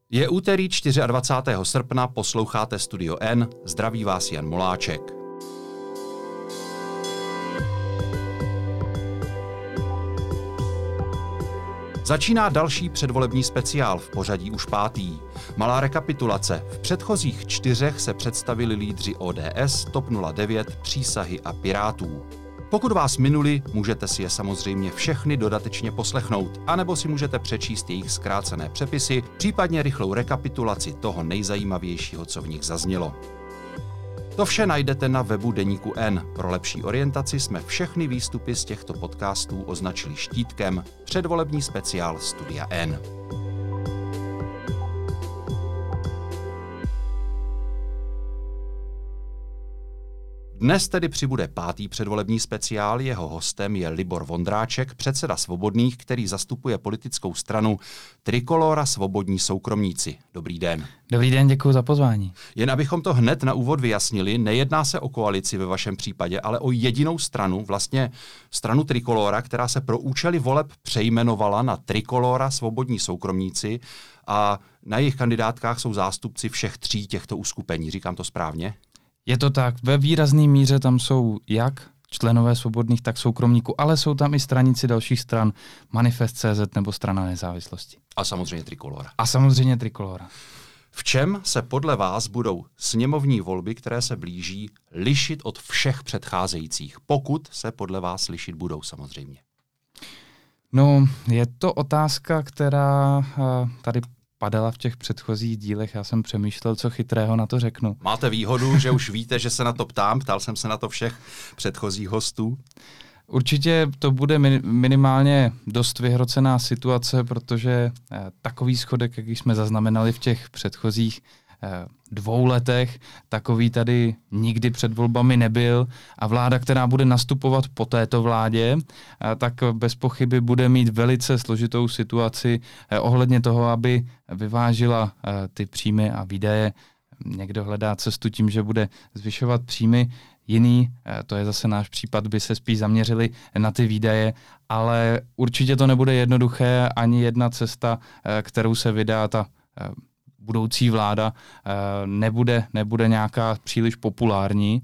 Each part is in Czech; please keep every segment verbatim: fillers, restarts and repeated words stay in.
Je úterý dvacátého čtvrtého srpna, posloucháte Studio N, zdraví vás Jan Moláček. Začíná další předvolební speciál, v pořadí už pátý. Malá rekapitulace. V předchozích čtyřech se představili lídři O D S, TOP nula devět, Přísahy a Pirátů. Pokud vás minuli, můžete si je samozřejmě všechny dodatečně poslechnout, anebo si můžete přečíst jejich zkrácené přepisy, případně rychlou rekapitulaci toho nejzajímavějšího, co v nich zaznělo. To vše najdete na webu Deníku N. Pro lepší orientaci jsme všechny výstupy z těchto podcastů označili štítkem Předvolební speciál Studia N. Dnes tedy přibude pátý předvolební speciál, jeho hostem je Libor Vondráček, předseda Svobodných, který zastupuje politickou stranu Trikolóra Svobodní soukromníci. Dobrý den. Dobrý den, děkuji za pozvání. Jen abychom to hned na úvod vyjasnili, nejedná se o koalici ve vašem případě, ale o jedinou stranu, vlastně stranu Trikolóra, která se pro účely voleb přejmenovala na Trikolóra Svobodní soukromníci a na jejich kandidátkách jsou zástupci všech tří těchto uskupení. Říkám to správně? Je to tak, ve výrazné míře tam jsou jak členové Svobodných, tak soukromníků, ale jsou tam i straníci dalších stran, Manifest tečka cé zet nebo Strana nezávislosti. A samozřejmě Trikolóra. A samozřejmě Trikolóra. V čem se podle vás budou sněmovní volby, které se blíží, lišit od všech předcházejících? Pokud se podle vás lišit budou samozřejmě. No, je to otázka, která tady padala v těch předchozích dílech, já jsem přemýšlel, co chytrého na to řeknu. Máte výhodu, že už víte, že se na to ptám, ptal jsem se na to všech předchozích hostů. Určitě to bude minimálně dost vyhrocená situace, protože takový schodek, jaký jsme zaznamenali v těch předchozích dvou letech, takový tady nikdy před volbami nebyl a vláda, která bude nastupovat po této vládě, tak bez pochyby bude mít velice složitou situaci ohledně toho, aby vyvážila ty příjmy a výdaje. Někdo hledá cestu tím, že bude zvyšovat příjmy, jiný, to je zase náš případ, by se spíš zaměřili na ty výdaje, ale určitě to nebude jednoduché, ani jedna cesta, kterou se vydá ta budoucí vláda, nebude, nebude nějaká příliš populární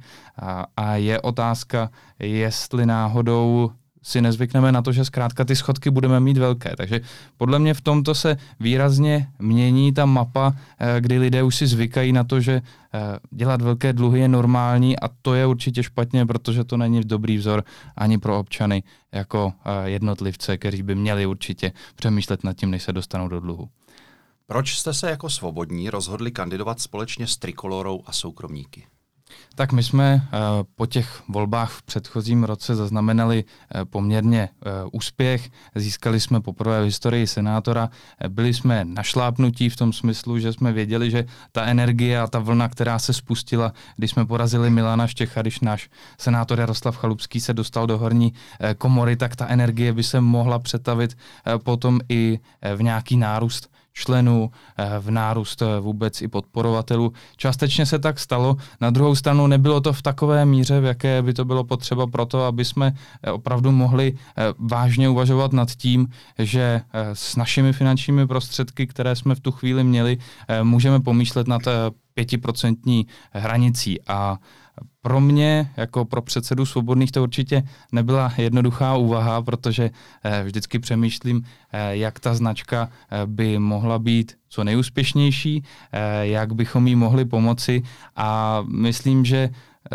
a je otázka, jestli náhodou si nezvykneme na to, že zkrátka ty schodky budeme mít velké. Takže podle mě v tomto se výrazně mění ta mapa, kdy lidé už si zvykají na to, že dělat velké dluhy je normální a to je určitě špatně, protože to není dobrý vzor ani pro občany jako jednotlivce, kteří by měli určitě přemýšlet nad tím, než se dostanou do dluhu. Proč jste se jako Svobodní rozhodli kandidovat společně s Trikolórou a soukromníky? Tak my jsme uh, po těch volbách v předchozím roce zaznamenali uh, poměrně uh, úspěch. Získali jsme poprvé v historii senátora. Byli jsme našlápnutí v tom smyslu, že jsme věděli, že ta energie a ta vlna, která se spustila, když jsme porazili Milana Štěcha, když náš senátor Jaroslav Chalupský se dostal do horní uh, komory, tak ta energie by se mohla přetavit uh, potom i uh, v nějaký nárůst členů, v nárůst vůbec i podporovatelů. Částečně se tak stalo. Na druhou stranu nebylo to v takové míře, v jaké by to bylo potřeba pro to, aby jsme opravdu mohli vážně uvažovat nad tím, že s našimi finančními prostředky, které jsme v tu chvíli měli, můžeme pomýšlet nad pětiprocentní hranicí. A pro mě, jako pro předsedu Svobodných, to určitě nebyla jednoduchá úvaha, protože vždycky přemýšlím, jak ta značka by mohla být co nejúspěšnější, jak bychom jí mohli pomoci a myslím, že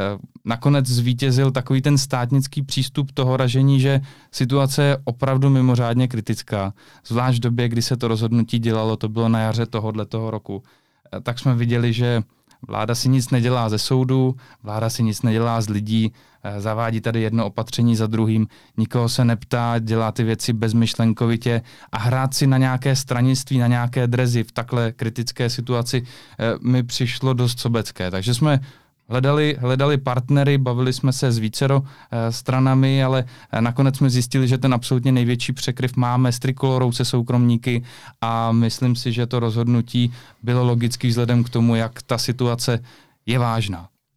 nakonec zvítězil takový ten státnický přístup toho ražení, že situace je opravdu mimořádně kritická. Zvlášť v době, kdy se to rozhodnutí dělalo, to bylo na jaře tohoto roku, tak jsme viděli, že vláda si nic nedělá ze soudu, vláda si nic nedělá z lidí, zavádí tady jedno opatření za druhým, nikoho se neptá, dělá ty věci bezmyšlenkovitě a hrát si na nějaké stranictví, na nějaké dresy v takhle kritické situaci mi přišlo dost sobecké. Takže jsme Hledali, hledali partnery, bavili jsme se s vícero e, stranami, ale e, nakonec jsme zjistili, že ten absolutně největší překryv máme s Trikolórou, se soukromníky a myslím si, že to rozhodnutí bylo logický vzhledem k tomu, jak ta situace je vážná.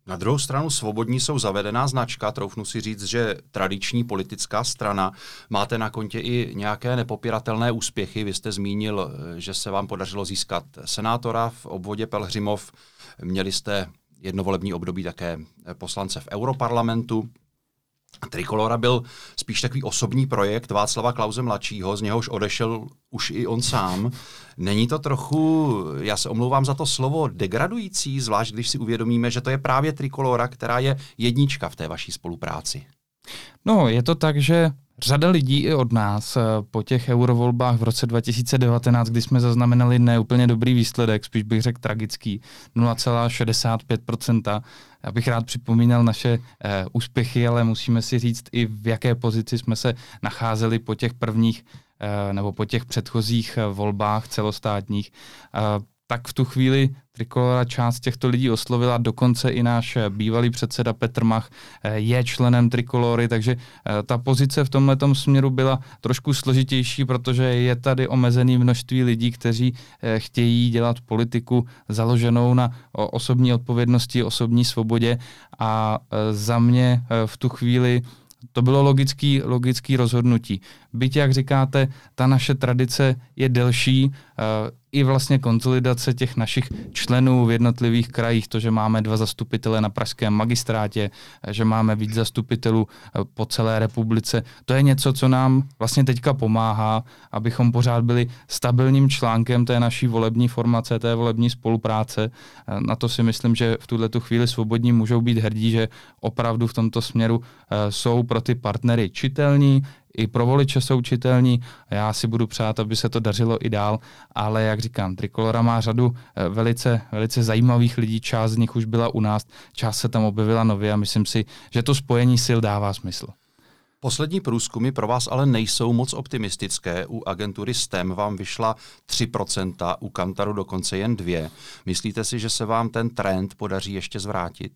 Na druhou stranu Svobodní jsou zavedená značka, troufnu si říct, že tradiční politická strana. Máte na kontě i nějaké nepopiratelné úspěchy. Vy jste zmínil, že se vám podařilo získat senátora v obvodě Pelhřimov. Měli jste jedno volební období také poslance v Europarlamentu. Trikolora byl spíš takový osobní projekt Václava Klause mladšího, z něhož odešel už i on sám. Není to trochu, já se omlouvám za to slovo, degradující, zvlášť když si uvědomíme, že to je právě Trikolora, která je jednička v té vaší spolupráci? No, je to tak, že řada lidí i od nás po těch eurovolbách v roce dva tisíce devatenáct, kdy jsme zaznamenali neúplně dobrý výsledek, spíš bych řekl tragický, nula celá šedesát pět procenta. Já bych rád připomínal naše eh, úspěchy, ale musíme si říct i v jaké pozici jsme se nacházeli po těch prvních eh, nebo po těch předchozích eh, volbách celostátních. Eh, tak v tu chvíli Trikolora část těchto lidí oslovila, dokonce i náš bývalý předseda Petr Mach je členem Trikolory, takže ta pozice v tomhletom směru byla trošku složitější, protože je tady omezené množství lidí, kteří chtějí dělat politiku založenou na osobní odpovědnosti, osobní svobodě a za mě v tu chvíli to bylo logický, logický rozhodnutí. Byť, jak říkáte, ta naše tradice je delší, uh, i vlastně konsolidace těch našich členů v jednotlivých krajích, to, že máme dva zastupitele na pražském magistrátě, že máme víc zastupitelů uh, po celé republice, to je něco, co nám vlastně teďka pomáhá, abychom pořád byli stabilním článkem té naší volební formace, té volební spolupráce. Uh, na to si myslím, že v tuhletu chvíli Svobodní můžou být hrdí, že opravdu v tomto směru uh, jsou pro ty partnery čitelní, i pro voliče jsou čitelní. Já si budu přát, aby se to dařilo i dál, ale jak říkám, Trikolora má řadu velice, velice zajímavých lidí, část z nich už byla u nás, část se tam objevila nově a myslím si, že to spojení sil dává smysl. Poslední průzkumy pro vás ale nejsou moc optimistické. U agentury S T E M vám vyšla tři procenta, u Kantaru dokonce jen dvě. Myslíte si, že se vám ten trend podaří ještě zvrátit?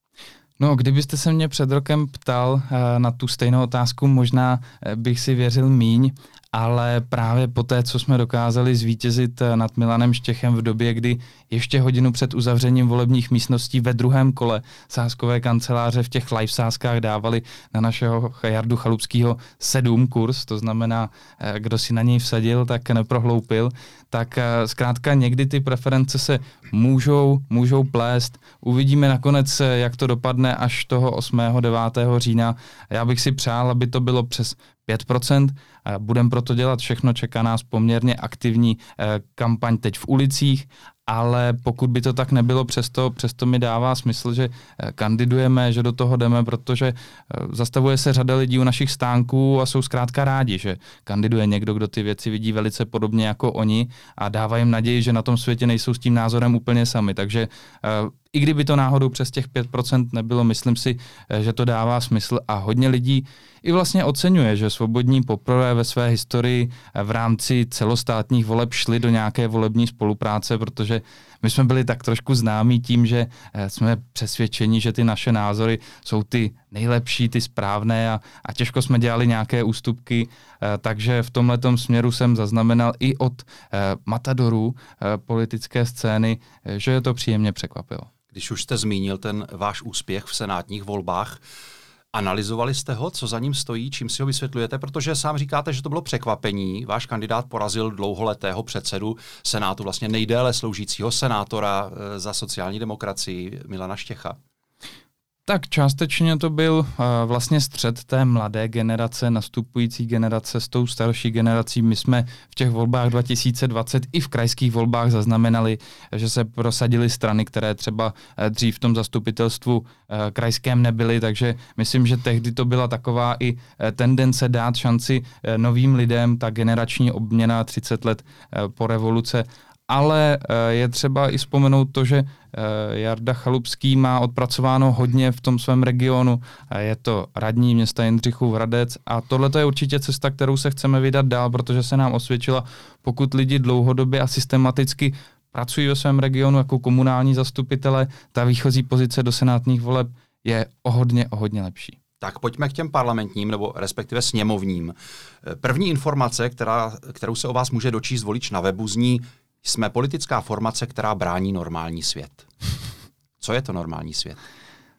No, kdybyste se mě před rokem ptal uh, na tu stejnou otázku, možná uh, bych si věřil míň, ale právě po té, co jsme dokázali zvítězit uh, nad Milanem Štěchem v době, kdy ještě hodinu před uzavřením volebních místností ve druhém kole sázkové kanceláře v těch live sázkách dávali na našeho Jardu Chalupskýho sedm kurz, to znamená, uh, kdo si na něj vsadil, tak neprohloupil, tak uh, zkrátka někdy ty preference se můžou, můžou plést. Uvidíme nakonec, jak to dopadne až toho osmého devátého října. Já bych si přál, aby to bylo přes pět procent. Budeme proto dělat všechno, čeká nás poměrně aktivní kampaň teď v ulicích, ale pokud by to tak nebylo, přesto, přesto mi dává smysl, že kandidujeme, že do toho jdeme, protože zastavuje se řada lidí u našich stánků a jsou zkrátka rádi, že kandiduje někdo, kdo ty věci vidí velice podobně jako oni a dává jim naději, že na tom světě nejsou s tím názorem úplně sami. Takže i kdyby to náhodou přes těch pět procent nebylo, myslím si, že to dává smysl a hodně lidí i vlastně oceňuje, že Svobodní poprvé ve své historii v rámci celostátních voleb šli do nějaké volební spolupráce, protože my jsme byli tak trošku známí tím, že jsme přesvědčeni, že ty naše názory jsou ty nejlepší, ty správné a, a těžko jsme dělali nějaké ústupky, takže v tomhletom směru jsem zaznamenal i od matadorů politické scény, že je to příjemně překvapilo. Když už jste zmínil ten váš úspěch v senátních volbách, analyzovali jste ho, co za ním stojí, čím si ho vysvětlujete, protože sám říkáte, že to bylo překvapení. Váš kandidát porazil dlouholetého předsedu Senátu, vlastně nejdéle sloužícího senátora za sociální demokracii Milana Štěcha. Tak částečně to byl uh, vlastně střet té mladé generace, nastupující generace s tou starší generací. My jsme v těch volbách dva tisíce dvacet i v krajských volbách zaznamenali, že se prosadily strany, které třeba uh, dřív v tom zastupitelstvu uh, krajském nebyly, takže myslím, že tehdy to byla taková i uh, tendence dát šanci uh, novým lidem, ta generační obměna třicet let uh, po revoluce. Ale je třeba i vzpomenout to, že Jarda Chalupský má odpracováno hodně v tom svém regionu. Je to radní města Jindřichův Hradec a tohle je určitě cesta, kterou se chceme vydat dál, protože se nám osvědčila, pokud lidi dlouhodobě a systematicky pracují ve svém regionu jako komunální zastupitele, ta výchozí pozice do senátních voleb je o hodně, o hodně lepší. Tak pojďme k těm parlamentním, nebo respektive sněmovním. První informace, která, kterou se o vás může dočíst volič na webu, zní: jsme politická formace, která brání normální svět. Co je to normální svět?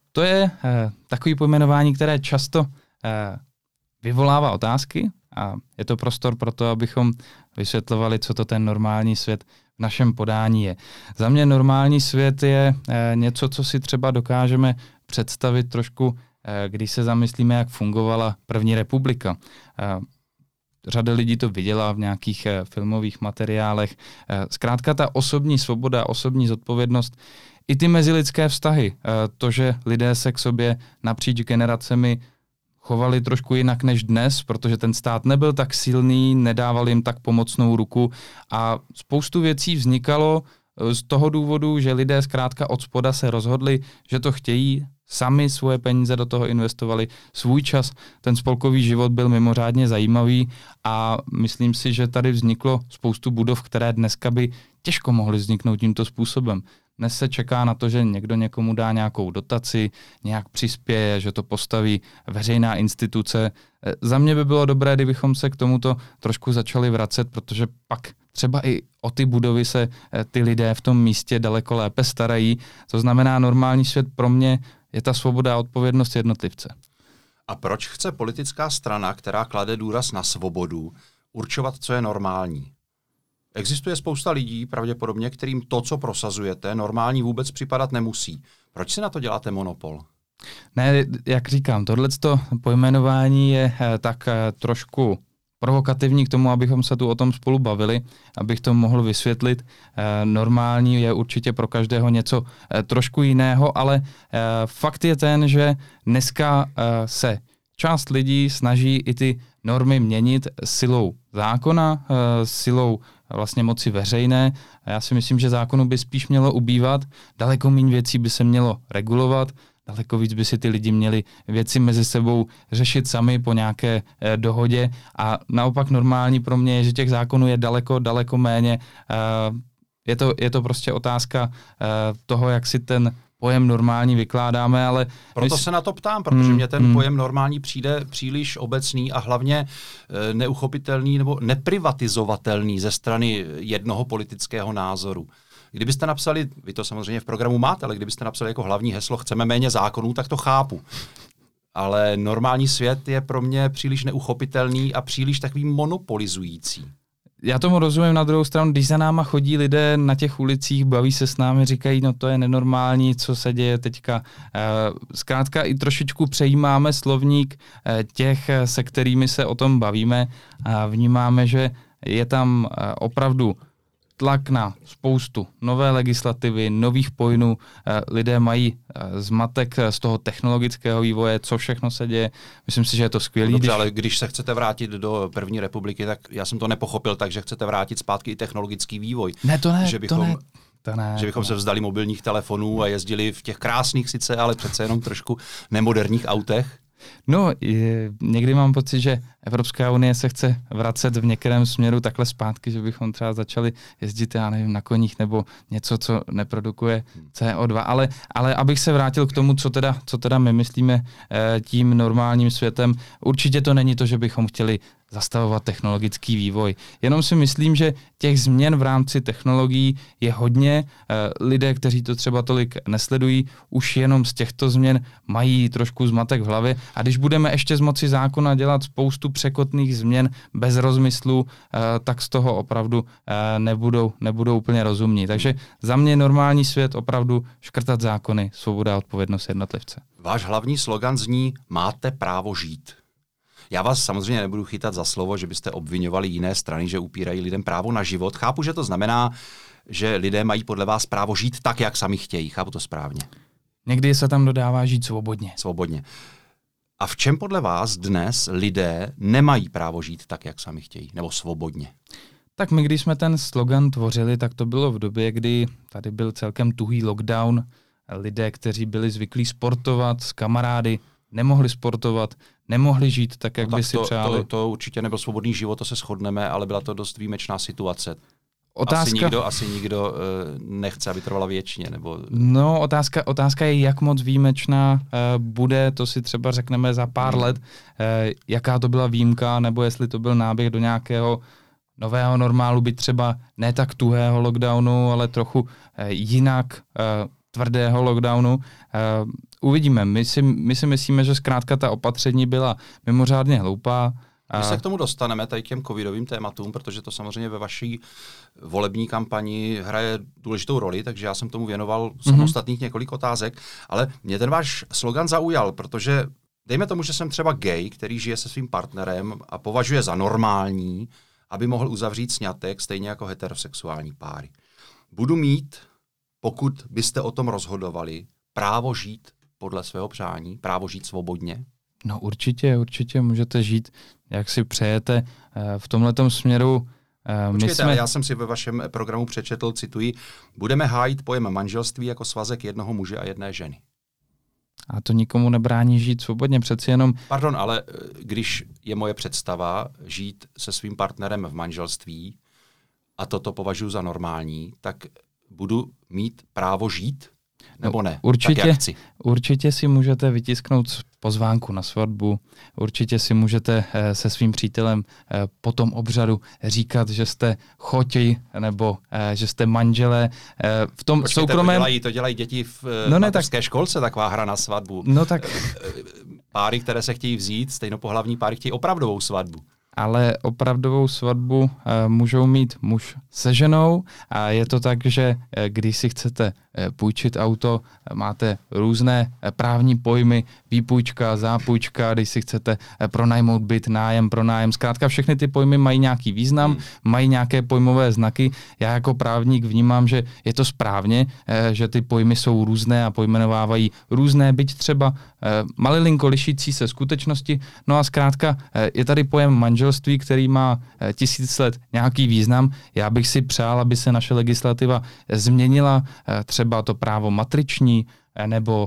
To je eh, takový pojmenování, které často eh, vyvolává otázky a je to prostor pro to, abychom vysvětlovali, co to ten normální svět v našem podání je. Za mě normální svět je eh, něco, co si třeba dokážeme představit trošku, eh, když se zamyslíme, jak fungovala první republika. Eh, Řada lidí to viděla v nějakých eh, filmových materiálech. Eh, zkrátka ta osobní svoboda, osobní zodpovědnost, i ty mezilidské vztahy, eh, to, že lidé se k sobě napříč generacemi chovali trošku jinak než dnes, protože ten stát nebyl tak silný, nedával jim tak pomocnou ruku a spoustu věcí vznikalo z toho důvodu, že lidé zkrátka od spoda se rozhodli, že to chtějí, sami svoje peníze do toho investovali, svůj čas. Ten spolkový život byl mimořádně zajímavý a myslím si, že tady vzniklo spoustu budov, které dneska by těžko mohly vzniknout tímto způsobem. Dnes se čeká na to, že někdo někomu dá nějakou dotaci, nějak přispěje, že to postaví veřejná instituce. Za mě by bylo dobré, kdybychom se k tomuto trošku začali vracet, protože pak třeba i o ty budovy se ty lidé v tom místě daleko lépe starají. To znamená, normální svět pro mě je ta svoboda a odpovědnost jednotlivce. A proč chce politická strana, která klade důraz na svobodu, určovat, co je normální? Existuje spousta lidí, pravděpodobně, kterým to, co prosazujete, normální vůbec připadat nemusí. Proč si na to děláte monopol? Ne, jak říkám, tohleto pojmenování je tak trošku provokativní k tomu, abychom se tu o tom spolu bavili, abych to mohl vysvětlit. Normální je určitě pro každého něco trošku jiného, ale fakt je ten, že dneska se část lidí snaží i ty normy měnit silou zákona, silou vlastně moci veřejné. A já si myslím, že zákonu by spíš mělo ubývat, daleko méně věcí by se mělo regulovat, daleko víc by si ty lidi měli věci mezi sebou řešit sami po nějaké eh, dohodě a naopak normální pro mě je, že těch zákonů je daleko, daleko méně. Eh, je, to, je to prostě otázka eh, toho, jak si ten pojem normální vykládáme, ale... Proto se na to ptám, protože mm, mě ten mm. pojem normální přijde příliš obecný a hlavně e, neuchopitelný nebo neprivatizovatelný ze strany jednoho politického názoru. Kdybyste napsali, vy to samozřejmě v programu máte, ale kdybyste napsali jako hlavní heslo chceme méně zákonů, tak to chápu. Ale normální svět je pro mě příliš neuchopitelný a příliš takový monopolizující. Já tomu rozumím, na druhou stranu, když za náma chodí lidé na těch ulicích, baví se s námi, říkají, no to je nenormální, co se děje teďka. Zkrátka i trošičku přejímáme slovník těch, se kterými se o tom bavíme a vnímáme, že je tam opravdu tlak na spoustu nové legislativy, nových pojmů. Lidé mají zmatek z toho technologického vývoje, co všechno se děje. Myslím si, že je to skvělý. Dobře, když... ale když se chcete vrátit do první republiky, tak já jsem to nepochopil, takže chcete vrátit zpátky i technologický vývoj. Ne, to ne, že bychom, to ne. To ne, že bychom to se vzdali mobilních telefonů a jezdili v těch krásných sice, ale přece jenom trošku nemoderních autech. No, je, někdy mám pocit, že Evropská unie se chce vracet v některém směru takhle zpátky, že bychom třeba začali jezdit, já nevím, na koních nebo něco, co neprodukuje C O dva. Ale, ale abych se vrátil k tomu, co teda, co teda my myslíme eh, tím normálním světem, určitě to není to, že bychom chtěli zastavovat technologický vývoj. Jenom si myslím, že těch změn v rámci technologií je hodně. Lidé, kteří to třeba tolik nesledují, už jenom z těchto změn mají trošku zmatek v hlavě. A když budeme ještě z moci zákona dělat spoustu překotných změn bez rozmyslu, tak z toho opravdu nebudou, nebudou úplně rozumní. Takže za mě normální svět opravdu škrtat zákony, svoboda a odpovědnost jednotlivce. Váš hlavní slogan zní máte právo žít. Já vás samozřejmě nebudu chytat za slovo, že byste obviňovali jiné strany, že upírají lidem právo na život. Chápu, že to znamená, že lidé mají podle vás právo žít tak, jak sami chtějí. Chápu to správně. Někdy se tam dodává žít svobodně. Svobodně. A v čem podle vás dnes lidé nemají právo žít tak, jak sami chtějí? Nebo svobodně? Tak my, když jsme ten slogan tvořili, tak to bylo v době, kdy tady byl celkem tuhý lockdown. Lidé, kteří byli zvyklí sportovat s kamarády, nemohli sportovat, nemohli žít tak, jak no, by tak si to, přáli. To, to určitě nebyl svobodný život, to se shodneme, ale byla to dost výjimečná situace. Otázka... Asi nikdo, asi nikdo uh, nechce, aby trvala věčně. Nebo... No, otázka, otázka je, jak moc výjimečná uh, bude, to si třeba řekneme za pár hmm. let, uh, jaká to byla výjimka, nebo jestli to byl náběh do nějakého nového normálu, byť třeba ne tak tuhého lockdownu, ale trochu uh, jinak uh, tvrdého lockdownu. Uh, uvidíme. My si, my si myslíme, že zkrátka ta opatření byla mimořádně hloupá. My se k tomu dostaneme, tady k těm covidovým tématům, protože to samozřejmě ve vaší volební kampani hraje důležitou roli, takže já jsem tomu věnoval mm-hmm. samostatných několik otázek, ale mě ten váš slogan zaujal, protože dejme tomu, že jsem třeba gay, který žije se svým partnerem a považuje za normální, aby mohl uzavřít sňatek, stejně jako heterosexuální páry. Budu mít, pokud byste o tom rozhodovali, právo žít podle svého přání, právo žít svobodně? No určitě, určitě můžete žít, jak si přejete. V tomhletom směru Počkejte, my jsme... ale já jsem si ve vašem programu přečetl, cituji, budeme hájit pojem manželství jako svazek jednoho muže a jedné ženy. A to nikomu nebrání žít svobodně, přeci jenom... Pardon, ale když je moje představa žít se svým partnerem v manželství a toto považuji za normální, tak budu mít právo žít? Nebo ne? Určitě, tak, jak chci. Určitě si můžete vytisknout pozvánku na svatbu, určitě si můžete eh, se svým přítelem eh, po tom obřadu říkat, že jste choti nebo eh, že jste manželé. Eh, v tom Počkejte, soukromém... To dělají, to dělají děti v no mateřské tak... školce, taková hra na svatbu. No tak... Páry, které se chtějí vzít, stejnopohlavní páry chtějí opravdovou svatbu. Ale opravdovou svatbu uh, můžou mít muž se ženou a je to tak, že uh, když si chcete uh, půjčit auto, uh, máte různé uh, právní pojmy, výpůjčka, zápůjčka, když si chcete uh, pronajmout byt, nájem, pronájem, zkrátka všechny ty pojmy mají nějaký význam, hmm. mají nějaké pojmové znaky. Já jako právník vnímám, že je to správně, uh, že ty pojmy jsou různé a pojmenovávají různé, byť třeba uh, malilinko lišící se skutečnosti. No a zkrátka uh, je tady pojem manželství, který má tisíc let nějaký význam. Já bych si přál, aby se naše legislativa změnila, třeba to právo matriční nebo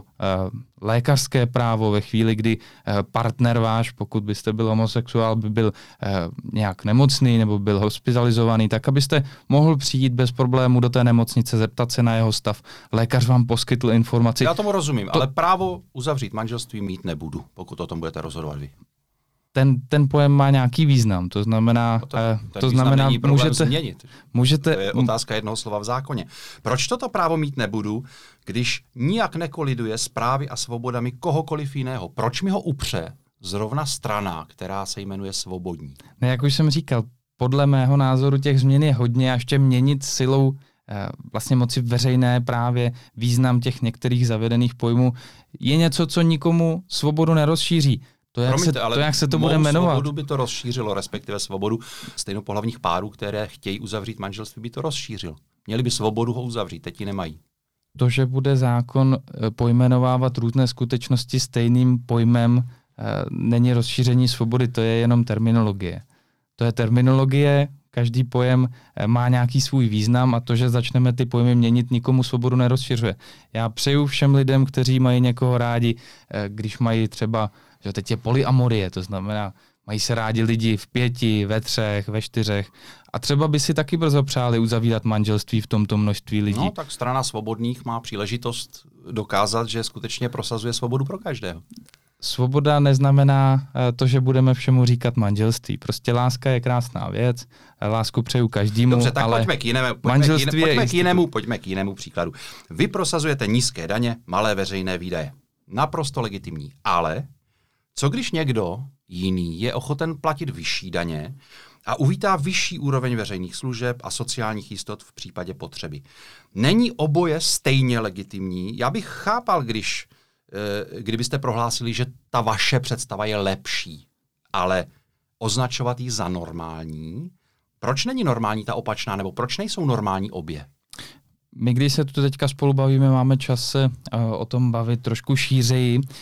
lékařské právo ve chvíli, kdy partner váš, pokud byste byl homosexuál, by byl nějak nemocný nebo byl hospitalizovaný, tak abyste mohl přijít bez problému do té nemocnice, zeptat se na jeho stav. Lékař vám poskytl informaci. Já tomu rozumím, to... ale právo uzavřít manželství mít nebudu, pokud o tom budete rozhodovat vy. Ten, ten pojem má nějaký význam, to znamená, no to, to znamená můžete, změnit. můžete... To je otázka jednoho slova v zákoně. Proč toto právo mít nebudu, když nijak nekoliduje s právy a svobodami kohokoliv jiného? Proč mi ho upře zrovna strana, která se jmenuje svobodní? Ne, jak už jsem říkal, podle mého názoru těch změn je hodně a ještě měnit silou eh, vlastně moci veřejné právě význam těch některých zavedených pojmů je něco, co nikomu svobodu nerozšíří. To, jak Promiňte, se, to, jak se to bude jmenovat. Svobodu by to rozšířilo, respektive svobodu stejnopohlavních párů, které chtějí uzavřít manželství, by to rozšířil. Měli by svobodu ho uzavřít, teď ji nemají. To, že bude zákon pojmenovávat různé skutečnosti stejným pojmem, není rozšíření svobody, to je jenom terminologie. To je terminologie, každý pojem má nějaký svůj význam a to, že začneme ty pojmy měnit, nikomu svobodu nerozšiřuje. Já přeju všem lidem, kteří mají někoho rádi, když mají třeba, že teď je polyamorie, to znamená, mají se rádi lidi v pěti, ve třech, ve čtyřech a třeba by si taky brzo přáli uzavírat manželství v tomto množství lidí. No tak strana svobodných má příležitost dokázat, že skutečně prosazuje svobodu pro každého. Svoboda neznamená to, že budeme všemu říkat manželství. Prostě láska je krásná věc, lásku přeju každému. Dobře, tak ale pojďme, k jinému, pojďme, k jiné, pojďme, k jinému, pojďme k jinému příkladu. Vy prosazujete nízké daně, malé veřejné výdaje. Naprosto legitimní. Ale co když někdo jiný je ochoten platit vyšší daně a uvítá vyšší úroveň veřejných služeb a sociálních jistot v případě potřeby? Není oboje stejně legitimní? Já bych chápal, když kdybyste prohlásili, že ta vaše představa je lepší, ale označovat ji za normální, proč není normální ta opačná, nebo proč nejsou normální obě? My, když se tu teďka spolu bavíme, máme čas se uh, o tom bavit trošku šířeji. Uh,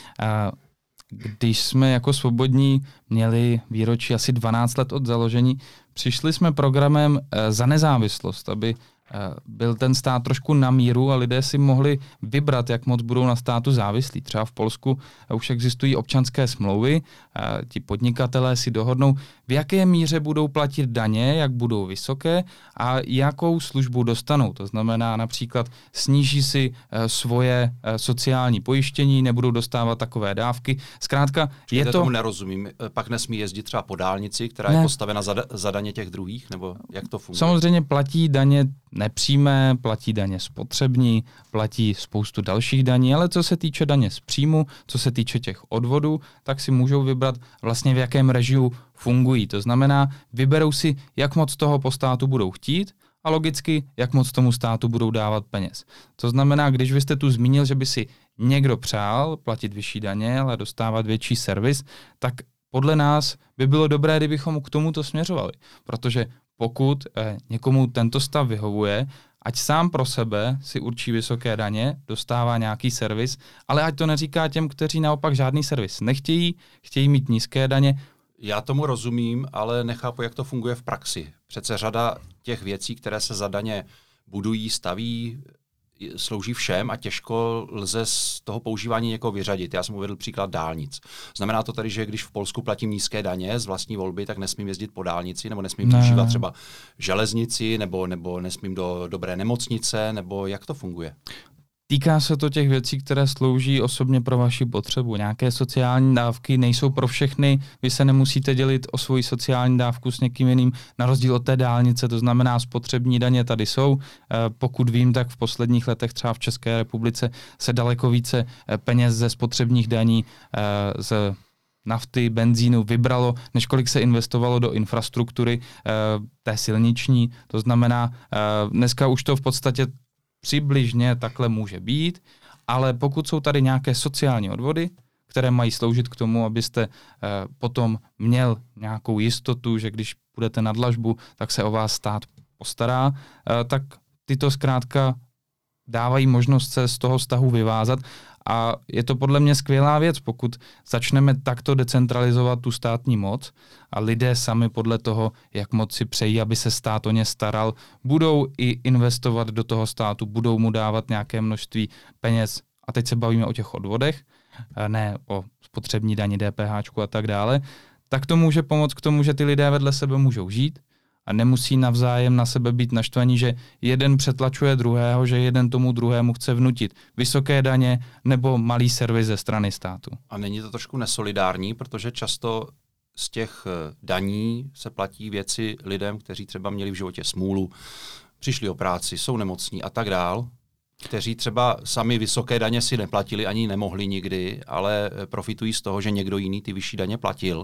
když jsme jako Svobodní měli výročí asi dvanáct let od založení, přišli jsme programem uh, za nezávislost, aby byl ten stát trošku na míru a lidé si mohli vybrat, jak moc budou na státu závislí. Třeba v Polsku už existují občanské smlouvy, ti podnikatelé si dohodnou, v jaké míře budou platit daně, jak budou vysoké a jakou službu dostanou. To znamená například sníží si e, svoje e, sociální pojištění, nebudou dostávat takové dávky. Zkrátka je to... tomu nerozumím. Pak nesmí jezdit třeba po dálnici, která ne. je postavena za, za daně těch druhých, nebo jak to funguje? Samozřejmě platí daně nepřímé, platí daně spotřební, platí spoustu dalších daní, ale co se týče daně z příjmu, co se týče těch odvodů, tak si můžou vybrat vlastně v jakém režimu fungují. To znamená, vyberou si, jak moc toho po státu budou chtít a logicky, jak moc tomu státu budou dávat peněz. To znamená, když vy jste tu zmínil, že by si někdo přál platit vyšší daně, ale dostávat větší servis, tak podle nás by bylo dobré, kdybychom k tomuto směřovali. Protože pokud eh, někomu tento stav vyhovuje, ať sám pro sebe si určí vysoké daně, dostává nějaký servis, ale ať to neříká těm, kteří naopak žádný servis nechtějí, chtějí mít nízké daně. Já tomu rozumím, ale nechápu, jak to funguje v praxi. Přece řada těch věcí, které se za daně budují, staví, slouží všem a těžko lze z toho používání někoho vyřadit. Já jsem uvedl příklad dálnic. Znamená to tedy, že když v Polsku platím nízké daně z vlastní volby, tak nesmím jezdit po dálnici, nebo nesmím ne. využívat třeba železnici, nebo, nebo nesmím do dobré nemocnice, nebo jak to funguje? Týká se to těch věcí, které slouží osobně pro vaši potřebu. Nějaké sociální dávky nejsou pro všechny, vy se nemusíte dělit o svoji sociální dávku s někým jiným, na rozdíl od té dálnice, to znamená spotřební daně tady jsou. Pokud vím, tak v posledních letech třeba v České republice se daleko více peněz ze spotřebních daní z nafty, benzínu vybralo, než kolik se investovalo do infrastruktury té silniční. To znamená, dneska už to v podstatě přibližně takhle může být, ale pokud jsou tady nějaké sociální odvody, které mají sloužit k tomu, abyste eh, potom měl nějakou jistotu, že když půjdete na dlažbu, tak se o vás stát postará, eh, tak tyto zkrátka dávají možnost se z toho vztahu vyvázat a je to podle mě skvělá věc, pokud začneme takto decentralizovat tu státní moc a lidé sami podle toho, jak moc si přejí, aby se stát o ně staral, budou i investovat do toho státu, budou mu dávat nějaké množství peněz a teď se bavíme o těch odvodech, ne o spotřební dani, DPHčku a tak dále, tak to může pomoct k tomu, že ty lidé vedle sebe můžou žít a nemusí navzájem na sebe být naštvaní, že jeden přetlačuje druhého, že jeden tomu druhému chce vnutit vysoké daně nebo malý servis ze strany státu. A není to trošku nesolidární, protože často z těch daní se platí věci lidem, kteří třeba měli v životě smůlu, přišli o práci, jsou nemocní a tak dál, kteří třeba sami vysoké daně si neplatili ani nemohli nikdy, ale profitují z toho, že někdo jiný ty vyšší daně platil.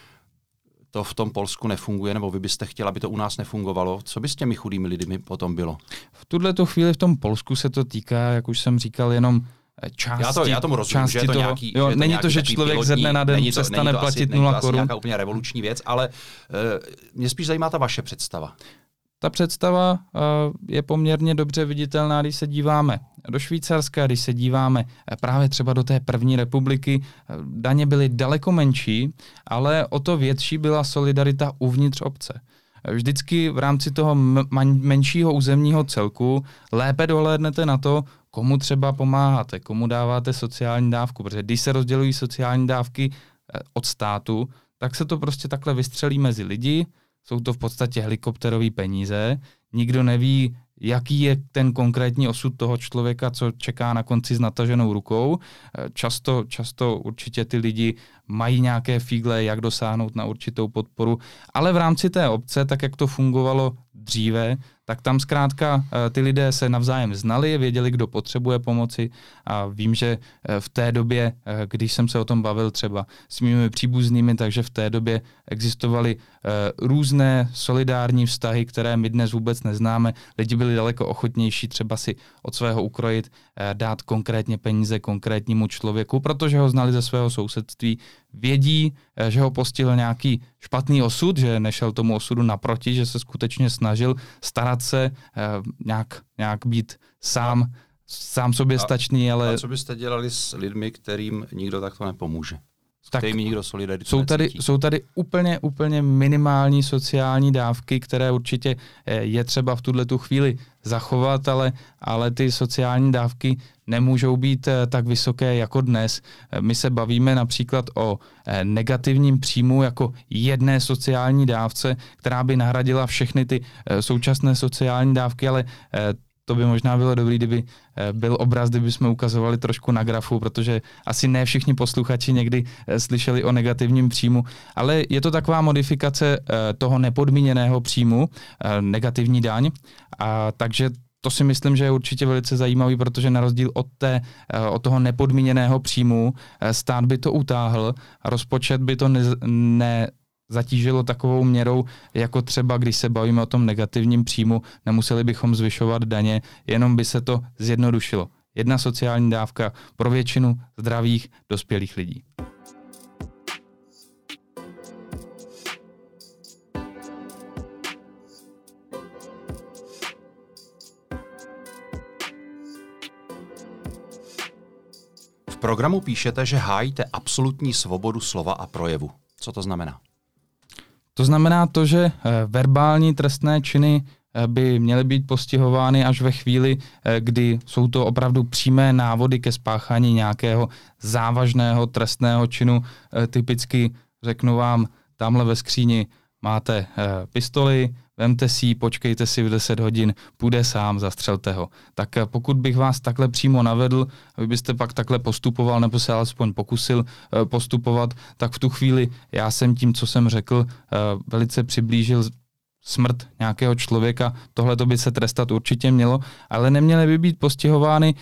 To v tom Polsku nefunguje, nebo vy byste chtěli, aby to u nás nefungovalo. Co by s těmi chudými lidmi potom bylo? V tuhleto chvíli v tom Polsku se to týká, jak už jsem říkal, jenom části. Já, to, já tomu rozumím, že je to toho, nějaký... Jo, že je to není nějaký to, že člověk pilotní, ze dne na den přestane platit nula korun. Není to nějaká úplně revoluční věc, ale uh, mě spíš zajímá ta vaše představa. Ta představa uh, je poměrně dobře viditelná, když se díváme do Švýcarska, když se díváme právě třeba do té první republiky. Daně byly daleko menší, ale o to větší byla solidarita uvnitř obce. Vždycky v rámci toho m- menšího územního celku lépe dohlédnete na to, komu třeba pomáháte, komu dáváte sociální dávku, protože když se rozdělují sociální dávky od státu, tak se to prostě takhle vystřelí mezi lidi. Jsou to v podstatě helikopterové peníze, nikdo neví, jaký je ten konkrétní osud toho člověka, co čeká na konci s nataženou rukou. Často, často určitě ty lidi mají nějaké fígle, jak dosáhnout na určitou podporu, ale v rámci té obce, tak jak to fungovalo dříve, tak tam zkrátka ty lidé se navzájem znali, věděli, kdo potřebuje pomoci a vím, že v té době, když jsem se o tom bavil třeba s mými příbuznými, takže v té době existovaly různé solidární vztahy, které my dnes vůbec neznáme. Lidi byli daleko ochotnější třeba si od svého ukrojit, dát konkrétně peníze konkrétnímu člověku, protože ho znali ze svého sousedství, vědí, že ho postihl nějaký špatný osud, že nešel tomu osudu naproti, že se skutečně snažil starat se, nějak, nějak být sám, sám sobě a, stačný, ale... A co byste dělali s lidmi, kterým nikdo takto nepomůže? tak mi nikdo solidaritu jsou tady, jsou tady úplně, úplně minimální sociální dávky, které určitě je třeba v tuhletu chvíli zachovat, ale, ale ty sociální dávky nemůžou být tak vysoké jako dnes. My se bavíme například o negativním příjmu jako jedné sociální dávce, která by nahradila všechny ty současné sociální dávky, ale to by možná bylo dobrý, kdyby byl obraz, kdyby jsme ukazovali trošku na grafu, protože asi ne všichni posluchači někdy slyšeli o negativním příjmu, ale je to taková modifikace toho nepodmíněného příjmu, negativní daň, a takže to si myslím, že je určitě velice zajímavý, protože na rozdíl od, té, od toho nepodmíněného příjmu stát by to utáhl a rozpočet by to ne, ne zatížilo takovou měrou, jako třeba když se bavíme o tom negativním příjmu, nemuseli bychom zvyšovat daně, jenom by se to zjednodušilo. Jedna sociální dávka pro většinu zdravých, dospělých lidí. V programu píšete, že hájíte absolutní svobodu slova a projevu. Co to znamená? To znamená to, že verbální trestné činy by měly být postihovány až ve chvíli, kdy jsou to opravdu přímé návody ke spáchání nějakého závažného trestného činu. Typicky řeknu vám, tamhle ve skříni máte pistoli, vemte si ji, počkejte si v deset hodin, půjde sám, zastřelte ho. Tak pokud bych vás takhle přímo navedl, vy byste pak takhle postupoval, nebo se alespoň pokusil postupovat, tak v tu chvíli já jsem tím, co jsem řekl, velice přiblížil smrt nějakého člověka. Tohle to by se trestat určitě mělo, ale neměly by být postihovány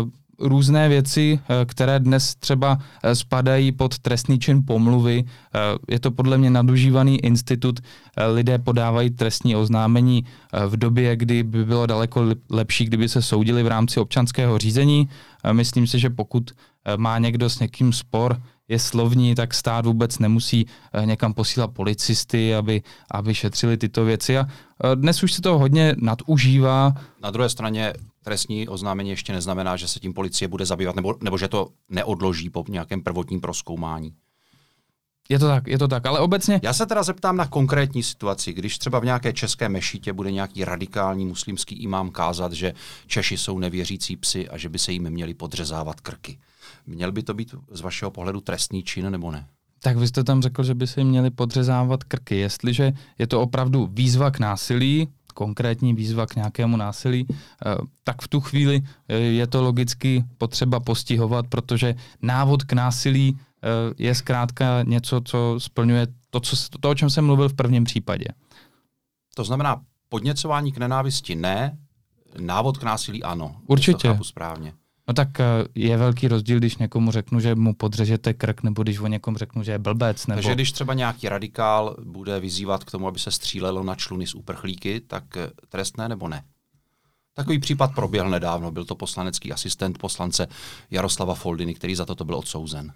různé věci, které dnes třeba spadají pod trestný čin pomluvy. Je to podle mě nadužívaný institut. Lidé podávají trestní oznámení v době, kdy by bylo daleko lepší, kdyby se soudili v rámci občanského řízení. Myslím si, že pokud má někdo s někým spor, je slovní, tak stát vůbec nemusí někam posílat policisty, aby, aby šetřili tyto věci. A dnes už se to hodně nadužívá. Na druhé straně trestní oznámení ještě neznamená, že se tím policie bude zabývat, nebo, nebo že to neodloží po nějakém prvotním prozkoumání. Je to tak, je to tak, ale obecně... Já se teda zeptám na konkrétní situaci, když třeba v nějaké české mešitě bude nějaký radikální muslimský imám kázat, že Češi jsou nevěřící psi a že by se jim měli podřezávat krky. Měl by to být z vašeho pohledu trestný čin, nebo ne? Tak vy jste tam řekl, že by se jim měli podřezávat krky. Jestliže je to opravdu výzva k násilí, konkrétní výzva k nějakému násilí, tak v tu chvíli je to logicky potřeba postihovat, protože návod k násilí je zkrátka něco, co splňuje to, co, to, o čem jsem mluvil v prvním případě. To znamená podněcování k nenávisti ne, návod k násilí ano. Určitě. To chápu správně. No tak je velký rozdíl, když někomu řeknu, že mu podřežete krk, nebo když o někom řeknu, že je blbec. Nebo... Takže když třeba nějaký radikál bude vyzývat k tomu, aby se střílelo na čluny z uprchlíky, tak trestné nebo ne? Takový případ proběhl nedávno, byl to poslanecký asistent poslance Jaroslava Foldiny, který za toto byl odsouzen.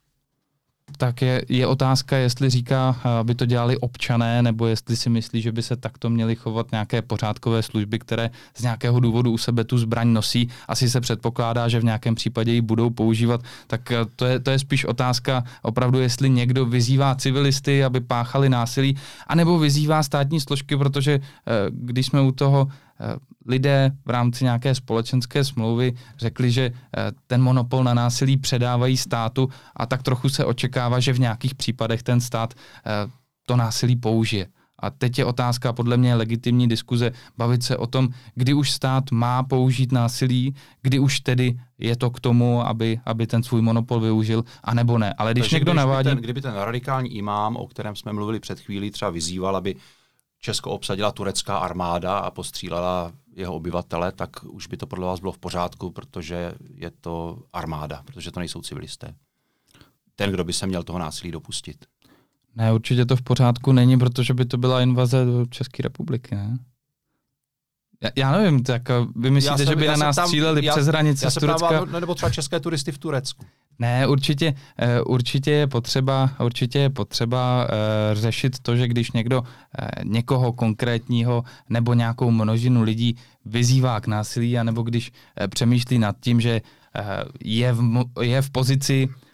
Tak je, je otázka, jestli říká, aby to dělali občané, nebo jestli si myslí, že by se takto měly chovat nějaké pořádkové služby, které z nějakého důvodu u sebe tu zbraň nosí. Asi se předpokládá, že v nějakém případě ji budou používat. Tak to je, to je spíš otázka opravdu, jestli někdo vyzývá civilisty, aby páchali násilí, anebo vyzývá státní složky, protože když jsme u toho, lidé v rámci nějaké společenské smlouvy řekli, že ten monopol na násilí předávají státu a tak trochu se očekává, že v nějakých případech ten stát to násilí použije. A teď je otázka, podle mě legitimní diskuze, bavit se o tom, kdy už stát má použít násilí, kdy už tedy je to k tomu, aby, aby ten svůj monopol využil, anebo ne. Ale když Takže někdo když navádí... By ten, kdyby ten radikální imám, o kterém jsme mluvili před chvílí, třeba vyzýval, aby Česko obsadila turecká armáda a postřílela jeho obyvatele, tak už by to podle vás bylo v pořádku, protože je to armáda, protože to nejsou civilisté. Ten, kdo by se měl toho násilí dopustit. Ne, určitě to v pořádku není, protože by to byla invaze do České republiky, ne? Já, já nevím, tak vy myslíte, jsem, že by na nás tam, stříleli já, přes hranice z Turecka? Právě, nebo třeba české turisty v Turecku. Ne, určitě, určitě je potřeba, určitě je potřeba uh, řešit to, že když někdo uh, někoho konkrétního nebo nějakou množinu lidí vyzývá k násilí, anebo když uh, přemýšlí nad tím, že uh, je, v, je v pozici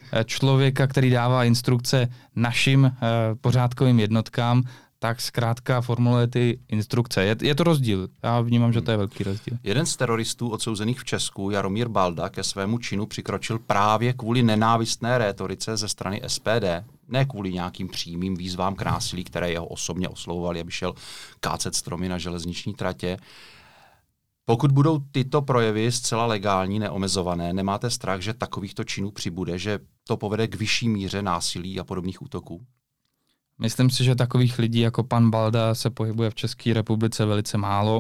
člověka, který dává instrukce našim pořádkovým jednotkám, tak zkrátka formuluje ty instrukce. Je, je to rozdíl. Já vnímám, že to je velký rozdíl. Jeden z teroristů odsouzených v Česku, Jaromír Balda, ke svému činu přikročil právě kvůli nenávistné rétorice ze strany S P D. Ne kvůli nějakým přímým výzvám k násilí, které jeho osobně oslovovali, aby šel kácet stromy na železniční tratě. Pokud budou tyto projevy zcela legální, neomezované, nemáte strach, že takovýchto činů přibude, že to povede k vyšší míře násilí a podobných útoků? Myslím si, že takových lidí jako pan Balda se pohybuje v České republice velice málo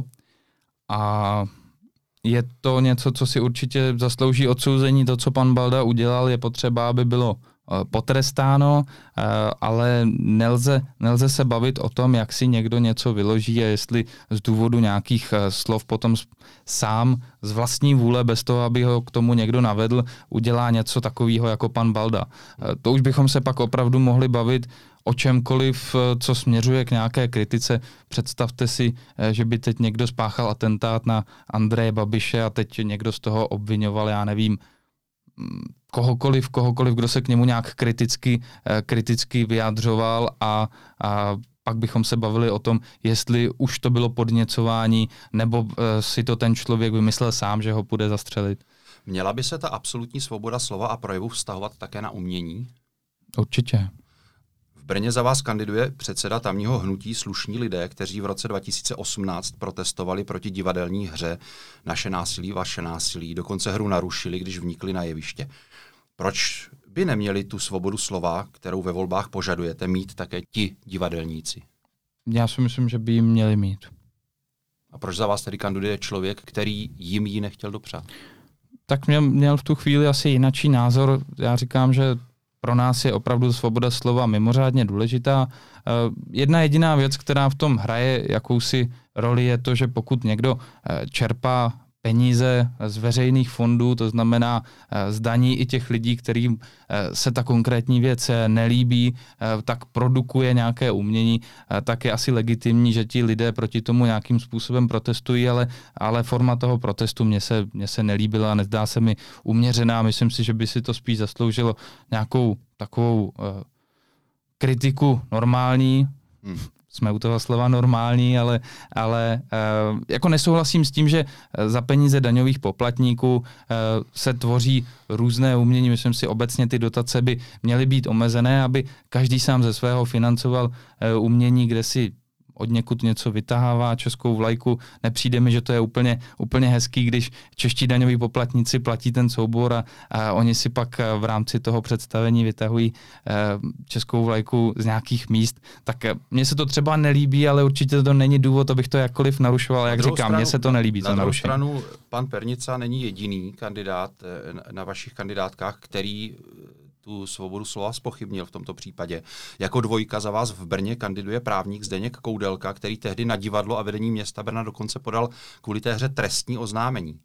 a je to něco, co si určitě zaslouží odsouzení. To, co pan Balda udělal, je potřeba, aby bylo potrestáno, ale nelze, nelze se bavit o tom, jak si někdo něco vyloží a jestli z důvodu nějakých slov potom sám z vlastní vůle, bez toho, aby ho k tomu někdo navedl, udělá něco takového jako pan Balda. To už bychom se pak opravdu mohli bavit o čemkoliv, co směřuje k nějaké kritice. Představte si, že by teď někdo spáchal atentát na Andreje Babiše a teď někdo z toho obvinoval, já nevím, kohokoliv, kohokoliv, kdo se k němu nějak kriticky, kriticky vyjadřoval a, a pak bychom se bavili o tom, jestli už to bylo podněcování, nebo si to ten člověk vymyslel sám, že ho půjde zastřelit. Měla by se ta absolutní svoboda slova a projevu vztahovat také na umění? Určitě. V Brně za vás kandiduje předseda tamního hnutí Slušní lidé, kteří v roce dva tisíce osmnáct protestovali proti divadelní hře Naše násilí, vaše násilí, dokonce hru narušili, když vnikli na jeviště. Proč by neměli tu svobodu slova, kterou ve volbách požadujete, mít také ti divadelníci? Já si myslím, že by jim měli mít. A proč za vás tedy kandiduje člověk, který jim ji nechtěl dopřát? Tak měl, měl v tu chvíli asi jinačí názor. Já říkám, že pro nás je opravdu svoboda slova mimořádně důležitá. Jedna jediná věc, která v tom hraje jakousi roli, je to, že pokud někdo čerpá peníze z veřejných fondů, to znamená z daní i těch lidí, kterým se ta konkrétní věc nelíbí, tak produkuje nějaké umění, tak je asi legitimní, že ti lidé proti tomu nějakým způsobem protestují, ale, ale forma toho protestu mně se, mně se nelíbila a nezdá se mi uměřená. Myslím si, že by si to spíš zasloužilo nějakou takovou uh, kritiku normální, hmm. Jsme u toho slova normální, ale, ale uh, jako nesouhlasím s tím, že za peníze daňových poplatníků uh, se tvoří různé umění. Myslím si, obecně ty dotace by měly být omezené, aby každý sám ze svého financoval uh, umění, kde si od někud něco vytahává, českou vlajku. Nepřijde mi, že to je úplně, úplně hezký, když čeští daňoví poplatníci platí ten soubor a, a oni si pak v rámci toho představení vytahují uh, českou vlajku z nějakých míst. Tak mně se to třeba nelíbí, ale určitě to není důvod, abych to jakkoliv narušoval. Jak říkám, mně se to nelíbí, to narušení. Na druhou stranu, pan Pernica není jediný kandidát na vašich kandidátkách, který tu svobodu slova zpochybnil v tomto případě. Jako dvojka za vás v Brně kandiduje právník Zdeněk Koudelka, který tehdy na divadlo a vedení města Brna dokonce podal kvůli té hře trestní oznámení.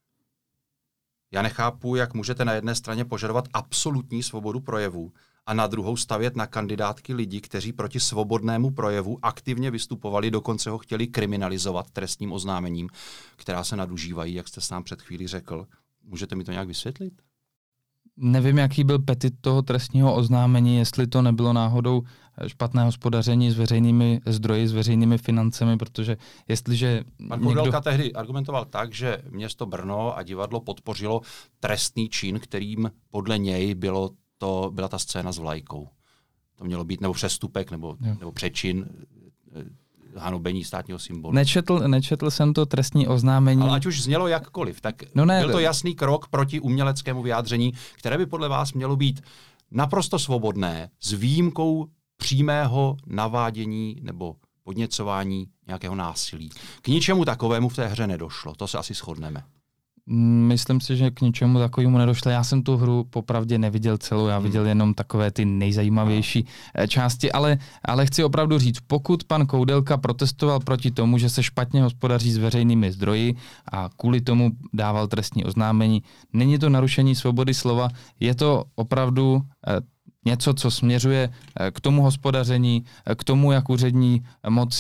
Já nechápu, jak můžete na jedné straně požadovat absolutní svobodu projevu a na druhou stavět na kandidátky lidi, kteří proti svobodnému projevu aktivně vystupovali, dokonce ho chtěli kriminalizovat trestním oznámením, která se nadužívají, jak jste sám před chvílí řekl. Můžete mi to nějak vysvětlit? Nevím, jaký byl petit toho trestního oznámení, jestli to nebylo náhodou špatné hospodaření s veřejnými zdroji, s veřejnými financemi, protože jestliže Pan Koudelka někdo... tehdy argumentoval tak, že město Brno a divadlo podpořilo trestný čin, kterým podle něj bylo to, byla ta scéna s vlajkou. To mělo být nebo přestupek, nebo, nebo přečin, hanobení státního symbolu. Nečetl, nečetl jsem to trestní oznámení. Ale ať už znělo jakkoliv, tak no ne, byl to jasný krok proti uměleckému vyjádření, které by podle vás mělo být naprosto svobodné, s výjimkou přímého navádění nebo podněcování nějakého násilí. K ničemu takovému v té hře nedošlo, to se asi shodneme. Myslím si, že k ničemu takovému nedošlo. Já jsem tu hru popravdě neviděl celou, já viděl jenom takové ty nejzajímavější části, ale, ale chci opravdu říct, pokud pan Koudelka protestoval proti tomu, že se špatně hospodaří s veřejnými zdroji a kvůli tomu dával trestní oznámení, není to narušení svobody slova, je to opravdu něco, co směřuje k tomu hospodaření, k tomu, jak úřední moc je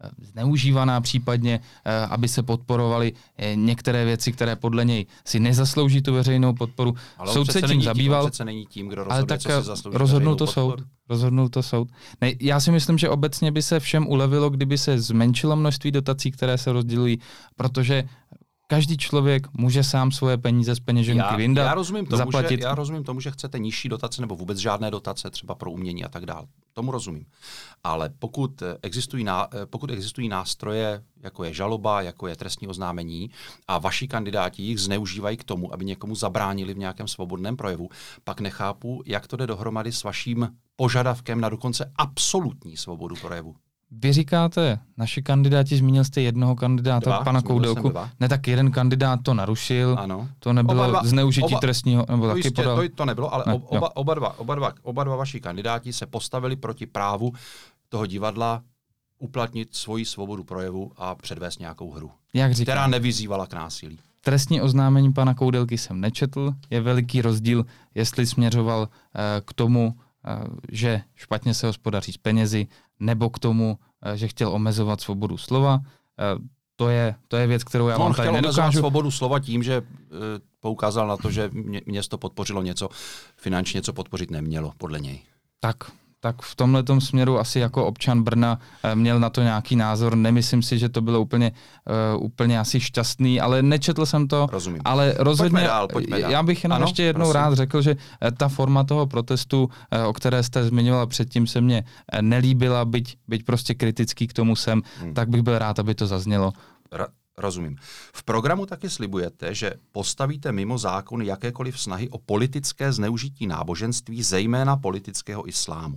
zneužívaná případně, aby se podporovaly některé věci, které podle něj si nezaslouží tu veřejnou podporu. Ale soud se tím zabýval. On přece není tím, kdo rozhoduje, co si zaslouží rozhodnul to podporu. soud. Rozhodnul to soud. Ne, já si myslím, že obecně by se všem ulevilo, kdyby se zmenšilo množství dotací, které se rozdělují, protože každý člověk může sám svoje peníze z peněženky vyndat, já rozumím tomu, zaplatit. Že, já rozumím tomu, že chcete nižší dotace nebo vůbec žádné dotace, třeba pro umění a tak dále. Tomu rozumím. Ale pokud existují, ná, pokud existují nástroje, jako je žaloba, jako je trestní oznámení a vaši kandidáti jich zneužívají k tomu, aby někomu zabránili v nějakém svobodném projevu, pak nechápu, jak to jde dohromady s vaším požadavkem na dokonce absolutní svobodu projevu. Vy říkáte, naši kandidáti, zmínil jste jednoho kandidáta, dva, pana Koudelku. Ne, tak jeden kandidát to narušil, ano. To nebylo dva, zneužití oba, trestního, nebo to taky jistě, podal. To, to nebylo, ale ne, oba, oba, dva, oba, dva, oba dva vaši kandidáti se postavili proti právu toho divadla uplatnit svoji svobodu projevu a předvést nějakou hru, Jak říkám, která nevyzývala k násilí. Trestní oznámení pana Koudelky jsem nečetl, je veliký rozdíl, jestli směřoval uh, k tomu, uh, že špatně se hospodaří s penězi, nebo k tomu, uh, že chtěl omezovat svobodu slova. Uh, to, je, to je věc, kterou já no, vám tady nedokážu. On chtěl omezovat svobodu slova tím, že uh, poukázal na to, že mě, město podpořilo něco, finančně co podpořit nemělo, podle něj. Tak. Tak v tomhletom směru asi jako občan Brna měl na to nějaký názor. Nemyslím si, že to bylo úplně, uh, úplně asi šťastný, ale nečetl jsem to. Rozumím. Ale rozhodně, pojďme dál, pojďme dál. Já bych jenom ano, ještě jednou prosím. rád řekl, že ta forma toho protestu, o které jste zmiňoval předtím, se mně nelíbila, byť, byť prostě kritický k tomu jsem, hmm. tak bych byl rád, aby to zaznělo. Ra- Rozumím. V programu taky slibujete, že postavíte mimo zákon jakékoliv snahy o politické zneužití náboženství, zejména politického islámu.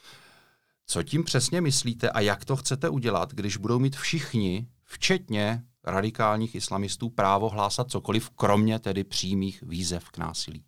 Co tím přesně myslíte a jak to chcete udělat, když budou mít všichni, včetně radikálních islamistů, právo hlásat cokoliv, kromě tedy přímých výzev k násilí?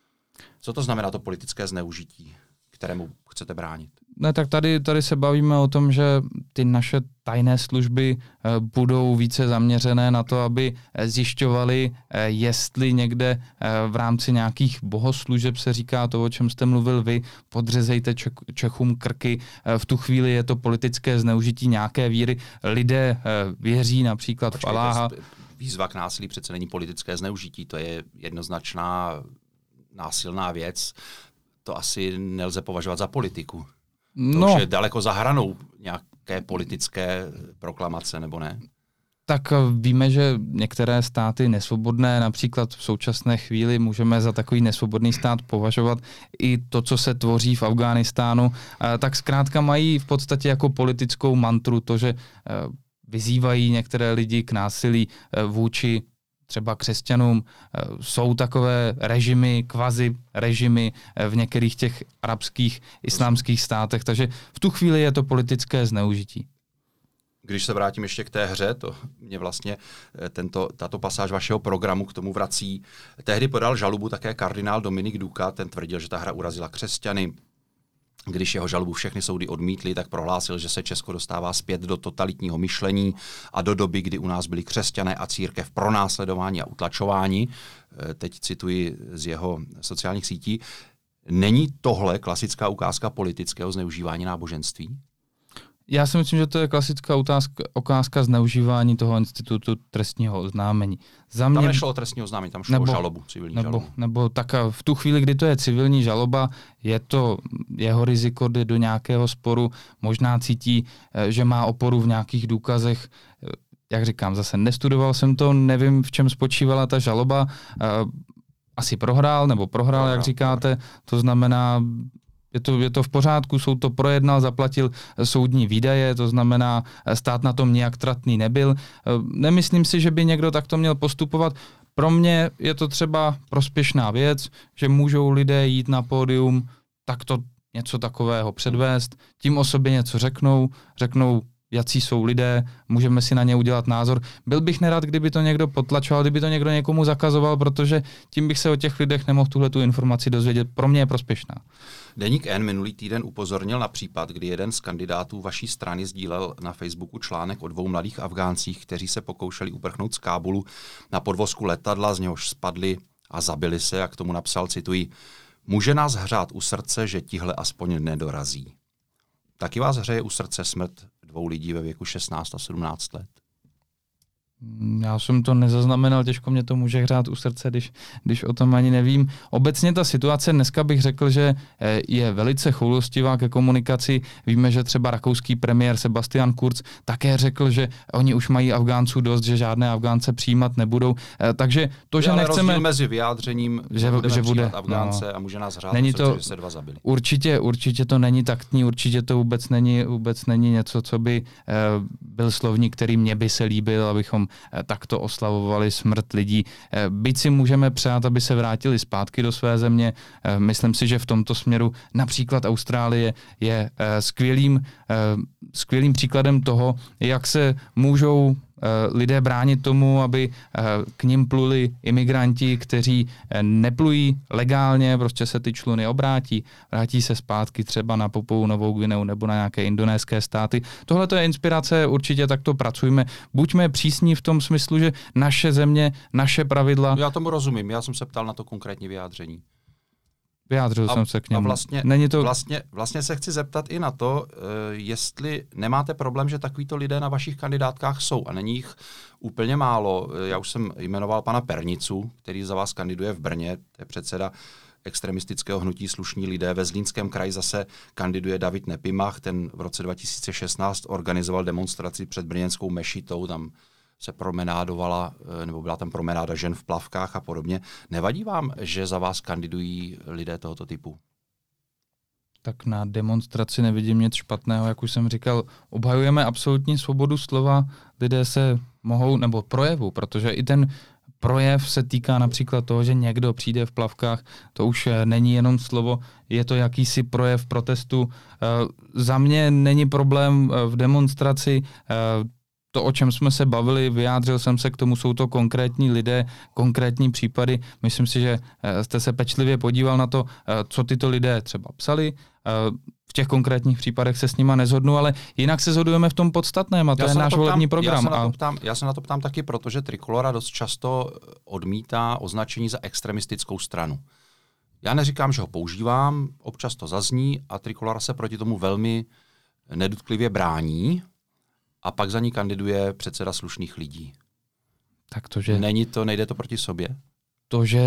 Co to znamená to politické zneužití, kterému chcete bránit? Ne, tak tady, tady se bavíme o tom, že ty naše tajné služby eh, budou více zaměřené na to, aby zjišťovali, eh, jestli někde eh, v rámci nějakých bohoslužeb se říká to, o čem jste mluvil vy, podřezejte Čech, Čechům krky. Eh, v tu chvíli je to politické zneužití nějaké víry. Lidé eh, věří například Počkejte, v Aláha. Výzva k násilí přece není politické zneužití, to je jednoznačná násilná věc. To asi nelze považovat za politiku. To no, už je daleko za hranou nějaké politické proklamace, nebo ne? Tak víme, že některé státy nesvobodné, například v současné chvíli můžeme za takový nesvobodný stát považovat i to, co se tvoří v Afghánistánu, tak zkrátka mají v podstatě jako politickou mantru to, že vyzývají některé lidi k násilí vůči třeba křesťanům. Jsou takové režimy, kvazi režimy v některých těch arabských, islámských státech, takže v tu chvíli je to politické zneužití. Když se vrátím ještě k té hře, to mě vlastně tento, tato pasáž vašeho programu k tomu vrací. Tehdy podal žalobu také kardinál Dominik Duka, ten tvrdil, že ta hra urazila křesťany. Když jeho žalobu všechny soudy odmítly, tak prohlásil, že se Česko dostává zpět do totalitního myšlení a do doby, kdy u nás byli křesťané a církev pronásledování a utlačování. Teď cituji z jeho sociálních sítí. Není tohle klasická ukázka politického zneužívání náboženství? Já si myslím, že to je klasická otázka, ukázka zneužívání toho institutu trestního oznámení. Za mě, tam nešlo o trestní oznámení, tam šlo nebo, o žalobu, civilní nebo, žalobu. Nebo tak v tu chvíli, kdy to je civilní žaloba, je to jeho riziko, jde do nějakého sporu, možná cítí, že má oporu v nějakých důkazech. Jak říkám, zase nestudoval jsem to, nevím, v čem spočívala ta žaloba. Asi prohrál, nebo prohrál, prohrál jak říkáte, to znamená... Je to, je to v pořádku, soud to projednal, zaplatil soudní výdaje, to znamená, stát na tom nějak tratný nebyl. Nemyslím si, že by někdo takto měl postupovat. Pro mě je to třeba prospěšná věc, že můžou lidé jít na pódium, takto něco takového předvést, tím o sobě něco řeknou, řeknou, jací jsou lidé, můžeme si na ně udělat názor. Byl bych nerad, kdyby to někdo potlačoval, kdyby to někdo někomu zakazoval, protože tím bych se o těch lidech nemohl tuhle tu informaci dozvědět. Pro mě je prospěšná. Deník N minulý týden upozornil na případ, kdy jeden z kandidátů vaší strany sdílel na Facebooku článek o dvou mladých Afgáncích, kteří se pokoušeli uprchnout z Kábulu na podvozku letadla, z něhož spadli a zabili se, jak k tomu napsal, cituji, může nás hřát u srdce, že tihle aspoň nedorazí. Taky vás hřeje u srdce smrt dvou lidí ve věku šestnáct a sedmnáct let? Já jsem to nezaznamenal, těžko mě to může hřát u srdce, když, když o tom ani nevím. Obecně ta situace dneska bych řekl, že je velice choulostivá ke komunikaci. Víme, že třeba rakouský premiér Sebastian Kurz také řekl, že oni už mají Afgánců dost, že žádné Afgánce přijímat nebudou. Takže to, že ale nechceme... rozdíl mezi vyjádřením, že, budeme že bude Afgánce no, a může nás hřát není srdce, to, že se dva zabili. Určitě, určitě to není taktní, určitě to vůbec není, vůbec není něco, co by eh, byl slovník, který mě by se líbil, abychom takto oslavovali smrt lidí. Byť si můžeme přát, aby se vrátili zpátky do své země. Myslím si, že v tomto směru například Austrálie je skvělým, skvělým příkladem toho, jak se můžou lidé bránit tomu, aby k nim pluli imigranti, kteří neplují legálně, prostě se ty čluny obrátí, vrátí se zpátky třeba na Papuou Novou Guineu nebo na nějaké indonéské státy. Tohle to je inspirace, určitě takto pracujme. Buďme přísní v tom smyslu, že naše země, naše pravidla... Já tomu rozumím, já jsem se ptal na to konkrétní vyjádření. Vyjádřil a, jsem se k němu. A vlastně, Není to... vlastně, vlastně se chci zeptat i na to, jestli nemáte problém, že takovýto lidé na vašich kandidátkách jsou a není jich úplně málo. Já už jsem jmenoval pana Pernicu, který za vás kandiduje v Brně, to je předseda extremistického hnutí Slušní lidé. Ve Zlínském kraji zase kandiduje David Nepimach, ten v roce dva tisíce šestnáct organizoval demonstraci před brněnskou mešitou, tam se promenádovala, nebo byla tam promenáda žen v plavkách a podobně. Nevadí vám, že za vás kandidují lidé tohoto typu? Tak na demonstraci nevidím nic špatného, jak už jsem říkal. Obhajujeme absolutní svobodu slova, lidé se mohou, nebo projevu, protože i ten projev se týká například toho, že někdo přijde v plavkách, to už není jenom slovo, je to jakýsi projev protestu. Za mě není problém v demonstraci, to, o čem jsme se bavili, vyjádřil jsem se k tomu, jsou to konkrétní lidé, konkrétní případy. Myslím si, že jste se pečlivě podíval na to, co tyto lidé třeba psali. V těch konkrétních případech se s nima nezhodnu, ale jinak se shodujeme v tom podstatném a to já je náš volební program. Já se, na to ptám, já se na to ptám taky, protože Trikolora dost často odmítá označení za extremistickou stranu. Já neříkám, že ho používám, občas to zazní a Trikolora se proti tomu velmi nedutklivě brání, a pak za ní kandiduje předseda Slušných lidí. Tak to, že... Není to, nejde to proti sobě? To, že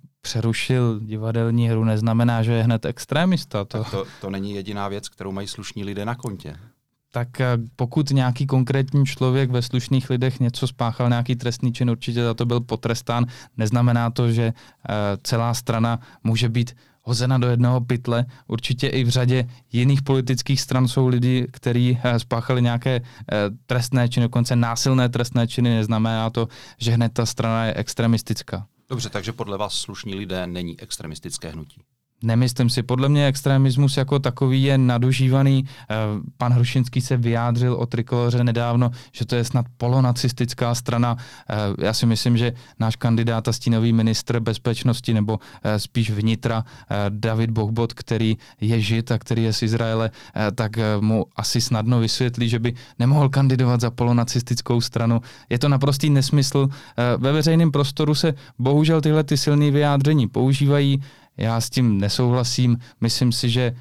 přerušil divadelní hru, neznamená, že je hned extrémista. To... To, to není jediná věc, kterou mají slušní lidé na kontě. Tak pokud nějaký konkrétní člověk ve Slušných lidech něco spáchal, nějaký trestný čin, určitě za to byl potrestán, neznamená to, že celá strana může být hozena do jednoho pytle. Určitě i v řadě jiných politických stran jsou lidi, kteří spáchali nějaké trestné činy, dokonce násilné trestné činy, neznamená to, že hned ta strana je extremistická. Dobře, takže podle vás Slušní lidé není extremistické hnutí? Nemyslím si. Podle mě extremismus jako takový je nadužívaný. Pan Hrušinský se vyjádřil o Trikoloře nedávno, že to je snad polonacistická strana. Já si myslím, že náš kandidát a stínový ministr bezpečnosti nebo spíš vnitra David Bohbot, který je Žid a který je z Izraele, tak mu asi snadno vysvětlí, že by nemohl kandidovat za polonacistickou stranu. Je to naprostý nesmysl. Ve veřejném prostoru se bohužel tyhle ty silné vyjádření používají. Já s tím nesouhlasím. Myslím si, že e,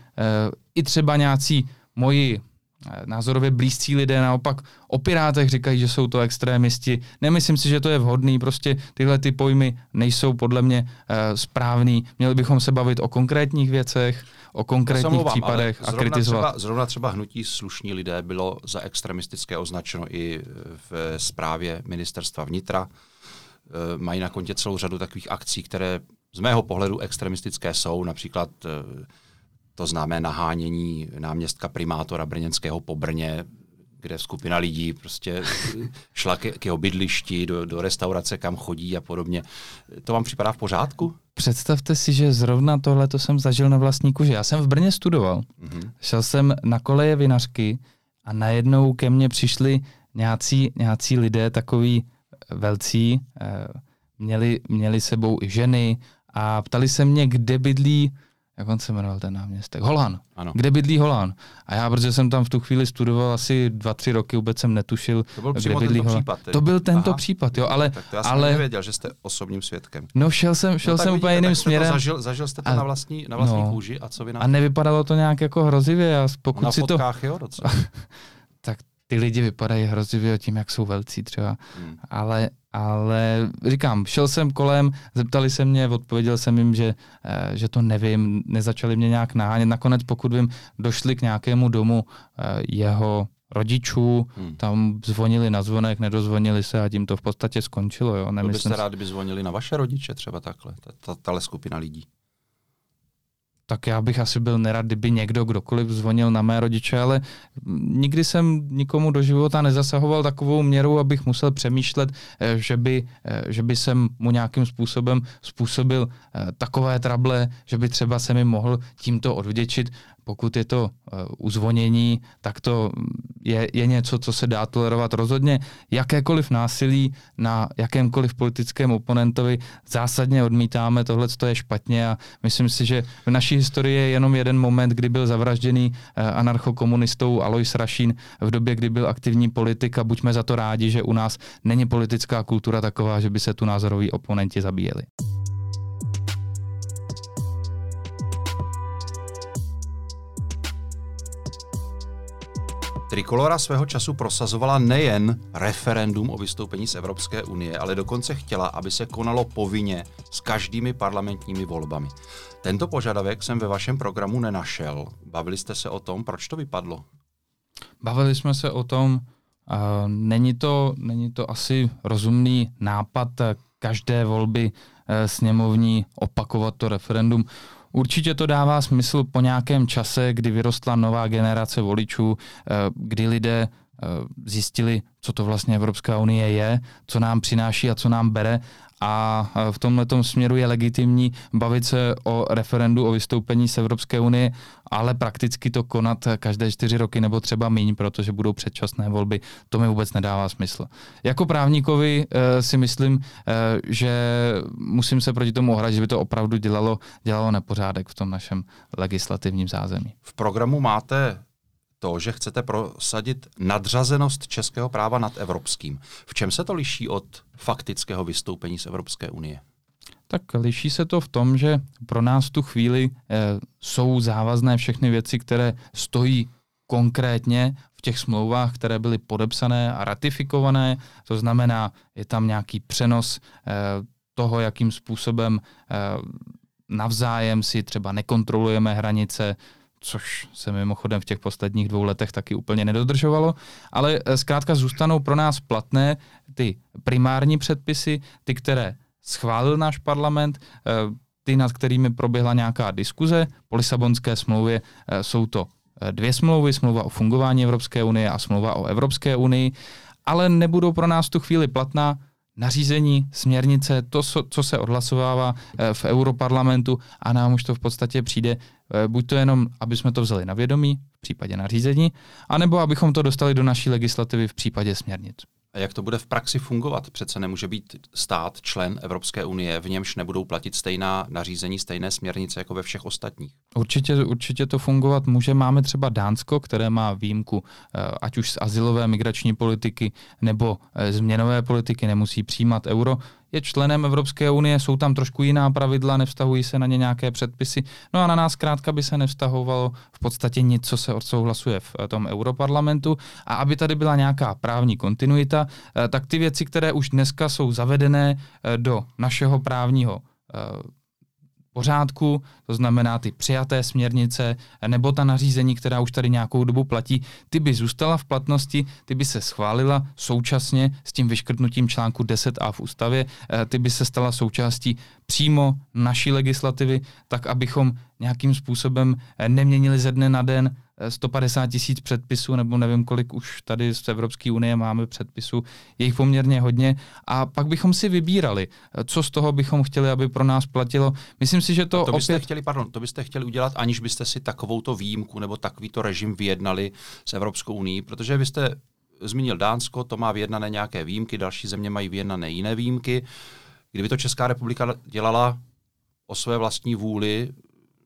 i třeba nějací moji e, názorově blízcí lidé naopak o Pirátech říkají, že jsou to extrémisti. Nemyslím si, že to je vhodný. Prostě tyhle ty pojmy nejsou podle mě e, správný. Měli bychom se bavit o konkrétních věcech, o konkrétních mluvám, případech a kritizovat. Třeba, zrovna třeba hnutí Slušní lidé bylo za extremistické označeno i v zprávě ministerstva vnitra. E, mají na kontě celou řadu takových akcí, které z mého pohledu extremistické jsou, například to známé nahánění náměstka primátora brněnského po Brně, kde skupina lidí prostě šla k, k jeho bydlišti, do, do restaurace, kam chodí a podobně. To vám připadá v pořádku? Představte si, že zrovna tohle to jsem zažil na vlastní kůži. Já jsem v Brně studoval, mm-hmm. šel jsem na koleje Vinařky a najednou ke mně přišli nějací, nějací lidé, takový velcí, měli, měli sebou i ženy, a ptali se mě, kde bydlí jak on se jmenoval ten náměstek, Holan, ano. Kde bydlí Holan. A já, protože jsem tam v tu chvíli studoval asi dva, tři roky, vůbec jsem netušil, to byl kde bydlí Holan. Případ, to byl tento Aha. případ, jo, ale... Tak to já jsem ale... nevěděl, že jste osobním svědkem. No šel jsem, šel no, jsem vidíte, úplně jiným směrem. Zažil, zažil jste to a... na vlastní, na vlastní no. kůži a co vy na... A nevypadalo to nějak jako hrozivě. A pokud na si fotkách, to... jo, docela. Tak ty lidi vypadají hrozivě tím, jak jsou velcí třeba. Hmm. Ale, ale říkám, šel jsem kolem, zeptali se mě, odpověděl jsem jim, že, že to nevím, nezačali mě nějak nahánět. Nakonec, pokud vím, došli k nějakému domu jeho rodičů, hmm. tam zvonili na zvonek, nedozvonili se a tím to v podstatě skončilo. Jo. Byl byste rád, kdyby zvonili na vaše rodiče třeba takhle, tahle skupina lidí? Tak já bych asi byl nerad, kdyby někdo, kdokoliv zvonil na mé rodiče, ale nikdy jsem nikomu do života nezasahoval takovou měru, abych musel přemýšlet, že by, že by jsem mu nějakým způsobem způsobil takové trable, že by třeba se mi mohl tímto odvděčit. Pokud je to uh, uzvonění, tak to je, je něco, co se dá tolerovat rozhodně. Jakékoliv násilí na jakémkoliv politickém oponentovi zásadně odmítáme, tohle je špatně a myslím si, že v naší historii je jenom jeden moment, kdy byl zavražděný uh, anarchokomunistou Alois Rašín v době, kdy byl aktivní politik a buďme za to rádi, že u nás není politická kultura taková, že by se tu názoroví oponenti zabíjeli. Trikolora svého času prosazovala nejen referendum o vystoupení z Evropské unie, ale dokonce chtěla, aby se konalo povinně s každými parlamentními volbami. Tento požadavek jsem ve vašem programu nenašel. Bavili jste se o tom, proč to vypadlo? Bavili jsme se o tom, uh, není to, není to asi rozumný nápad každé volby uh, sněmovní opakovat to referendum. Určitě to dává smysl po nějakém čase, kdy vyrostla nová generace voličů, kdy lidé zjistili, co to vlastně Evropská unie je, co nám přináší a co nám bere. A v tomhletom směru je legitimní bavit se o referendu o vystoupení z Evropské unie, ale prakticky to konat každé čtyři roky nebo třeba míň, protože budou předčasné volby, to mi vůbec nedává smysl. Jako právníkovi e, si myslím, e, že musím se proti tomu ohradit, že by to opravdu dělalo, dělalo nepořádek v tom našem legislativním zázemí. V programu máte to, že chcete prosadit nadřazenost českého práva nad evropským. V čem se to liší od faktického vystoupení z Evropské unie? Tak liší se to v tom, že pro nás v tu chvíli e, jsou závazné všechny věci, které stojí konkrétně v těch smlouvách, které byly podepsané a ratifikované. To znamená, je tam nějaký přenos e, toho, jakým způsobem e, navzájem si třeba nekontrolujeme hranice, což se mimochodem v těch posledních dvou letech taky úplně nedodržovalo, ale zkrátka zůstanou pro nás platné ty primární předpisy, ty, které schválil náš parlament, ty, nad kterými proběhla nějaká diskuze. Po Lisabonské smlouvě jsou to dvě smlouvy, smlouva o fungování Evropské unie a smlouva o Evropské unii, ale nebudou pro nás tu chvíli platná nařízení, směrnice, to, co se odhlasovává v Europarlamentu a nám už to v podstatě přijde, buď to jenom, aby jsme to vzali na vědomí v případě nařízení, anebo abychom to dostali do naší legislativy v případě směrnic. A jak to bude v praxi fungovat? Přece nemůže být stát, člen Evropské unie, v němž nebudou platit stejná nařízení, stejné směrnice jako ve všech ostatních. Určitě, určitě to fungovat může. Máme třeba Dánsko, které má výjimku, ať už z azylové migrační politiky nebo z měnové politiky, nemusí přijímat euro. Je členem Evropské unie, jsou tam trošku jiná pravidla, nevztahují se na ně nějaké předpisy. No a na nás zkrátka by se nevztahovalo v podstatě nic, co se odsouhlasuje v tom Europarlamentu. A aby tady byla nějaká právní kontinuita, tak ty věci, které už dneska jsou zavedené do našeho právního pořádku, to znamená ty přijaté směrnice nebo ta nařízení, která už tady nějakou dobu platí, ty by zůstala v platnosti, ty by se schválila současně s tím vyškrtnutím článku deset a v ústavě, ty by se stala součástí přímo naší legislativy, tak abychom nějakým způsobem neměnili ze dne na den sto padesát tisíc předpisů, nebo nevím, kolik už tady z Evropské unie máme předpisů, je jich poměrně hodně a pak bychom si vybírali, co z toho bychom chtěli, aby pro nás platilo. Myslím si, že to, to byste opět... chtěli, pardon, to byste chtěli udělat, aniž byste si takovouto výjimku nebo takovýto režim vyjednali s Evropskou unií, protože vy jste zmínil Dánsko, to má vyjednané nějaké výjimky, další země mají vyjednané jiné výjimky. Kdyby to Česká republika dělala o své vlastní vůli,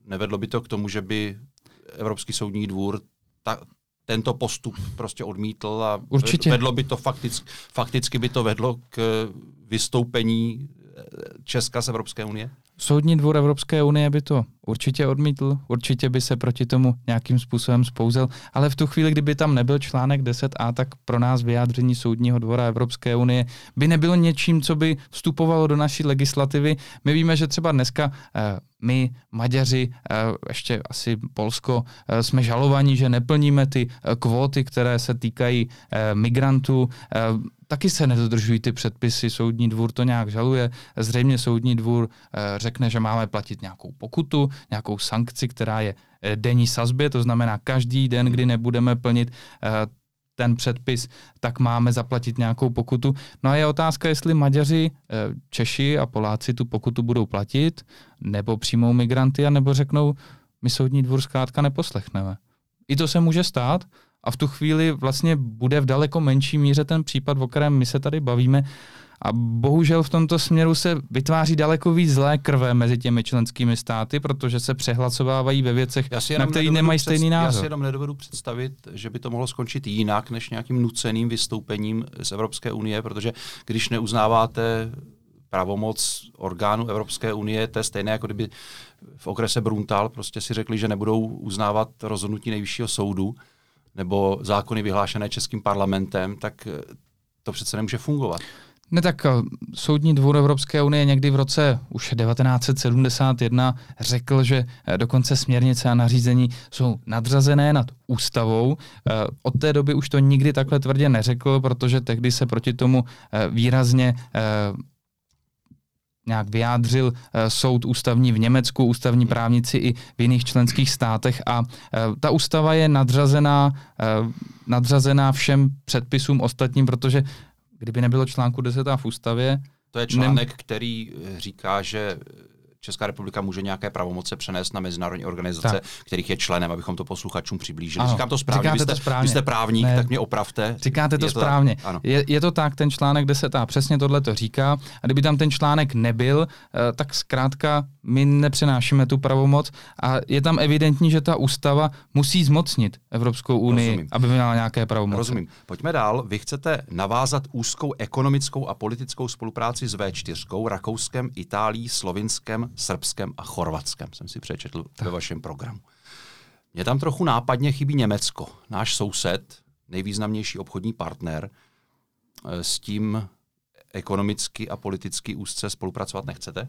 nevedlo by to k tomu, že by Evropský soudní dvůr ta, tento postup prostě odmítl a Určitě. vedlo by to fakticky, fakticky by to vedlo k vystoupení Česka z Evropské unie? Soudní dvůr Evropské unie by to určitě odmítl, určitě by se proti tomu nějakým způsobem spouzel, ale v tu chvíli, kdyby tam nebyl článek deset a, tak pro nás vyjádření Soudního dvora Evropské unie by nebylo něčím, co by vstupovalo do naší legislativy. My víme, že třeba dneska eh, my, Maďaři, eh, ještě asi Polsko, eh, jsme žalovaní, že neplníme ty eh, kvóty, které se týkají eh, migrantů. Eh, Taky se nedodržují ty předpisy, soudní dvůr to nějak žaluje. Zřejmě soudní dvůr e, řekne, že máme platit nějakou pokutu, nějakou sankci, která je e, denní sazbě, to znamená každý den, kdy nebudeme plnit e, ten předpis, tak máme zaplatit nějakou pokutu. No a je otázka, jestli Maďaři, e, Češi a Poláci tu pokutu budou platit, nebo přijmou migranty, nebo řeknou, my soudní dvůr zkrátka neposlechneme. I to se může stát. A v tu chvíli vlastně bude v daleko menší míře ten případ, o kterém my se tady bavíme. A bohužel v tomto směru se vytváří daleko víc zlé krve mezi těmi členskými státy, protože se přehlasovávají ve věcech, na které nemají předst- stejný názor. Já si jenom nedovedu představit, že by to mohlo skončit jinak, než nějakým nuceným vystoupením z Evropské unie, protože když neuznáváte pravomoc orgánu Evropské unie, to je stejné, jako kdyby v okrese Bruntal prostě si řekli, že nebudou uznávat rozhodnutí Nejvyššího soudu, nebo zákony vyhlášené českým parlamentem, tak to přece nemůže fungovat. Ne, tak Soudní dvůr Evropské unie někdy v roce už devatenáct set sedmdesát jedna řekl, že dokonce směrnice a nařízení jsou nadřazené nad ústavou. Od té doby už to nikdy takhle tvrdě neřekl, protože tehdy se proti tomu výrazně nějak vyjádřil uh, soud ústavní v Německu, ústavní právníci i v jiných členských státech a uh, ta ústava je nadřazená, uh, nadřazená všem předpisům ostatním, protože kdyby nebylo článku deset v ústavě... To je článek, nem... který říká, že Česká republika může nějaké pravomoce přenést na mezinárodní organizace, tak. kterých je členem, abychom to posluchačům přiblížili. Ano, říkám to správně, vy jste, správně. Vy jste právník, ne. tak mě opravte. Říkáte to, je to správně. Tak, je, je to tak, ten článek deset a přesně tohle to říká. A kdyby tam ten článek nebyl, tak zkrátka my nepřenášíme tu pravomoc a je tam evidentní, že ta ústava musí zmocnit Evropskou unii, Rozumím. aby měla nějaké pravomoci. Rozumím. Pojďme dál. Vy chcete navázat úzkou ekonomickou a politickou spolupráci s vé čtyři, Rakouskem, Itálií, Slovinskem, Srbskem a Chorvatskem. Jsem si přečetl ve vašem programu. Mně tam trochu nápadně chybí Německo. Náš soused, nejvýznamnější obchodní partner, s tím ekonomicky a politicky úzce spolupracovat nechcete?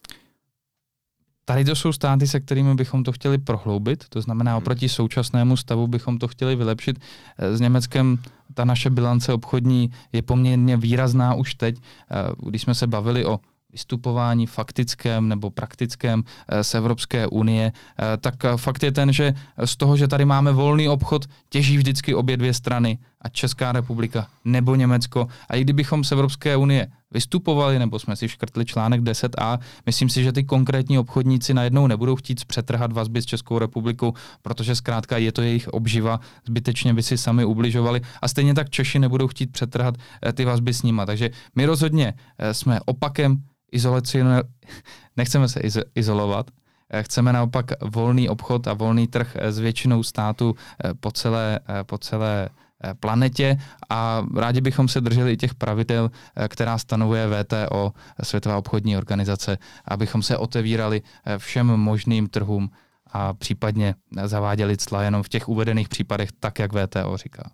Tady to jsou státy, se kterými bychom to chtěli prohloubit, to znamená oproti současnému stavu bychom to chtěli vylepšit. S Německem ta naše bilance obchodní je poměrně výrazná už teď, když jsme se bavili o vystupování faktickém nebo praktickém z Evropské unie, tak fakt je ten, že z toho, že tady máme volný obchod, těží vždycky obě dvě strany, ať Česká republika nebo Německo. A i kdybychom z Evropské unie vystupovali, nebo jsme si škrtli článek deset a, myslím si, že ty konkrétní obchodníci najednou nebudou chtít přetrhat vazby s Českou republikou, protože zkrátka je to jejich obživa, zbytečně by si sami ubližovali a stejně tak Češi nebudou chtít přetrhat ty vazby s nima. Takže my rozhodně jsme opakem izolaci, nechceme se izo- izolovat, chceme naopak volný obchod a volný trh s většinou států po celé, po celé planetě a rádi bychom se drželi i těch pravidel, která stanovuje W T O, Světová obchodní organizace, abychom se otevírali všem možným trhům a případně zaváděli cla jenom v těch uvedených případech tak, jak W T O říká.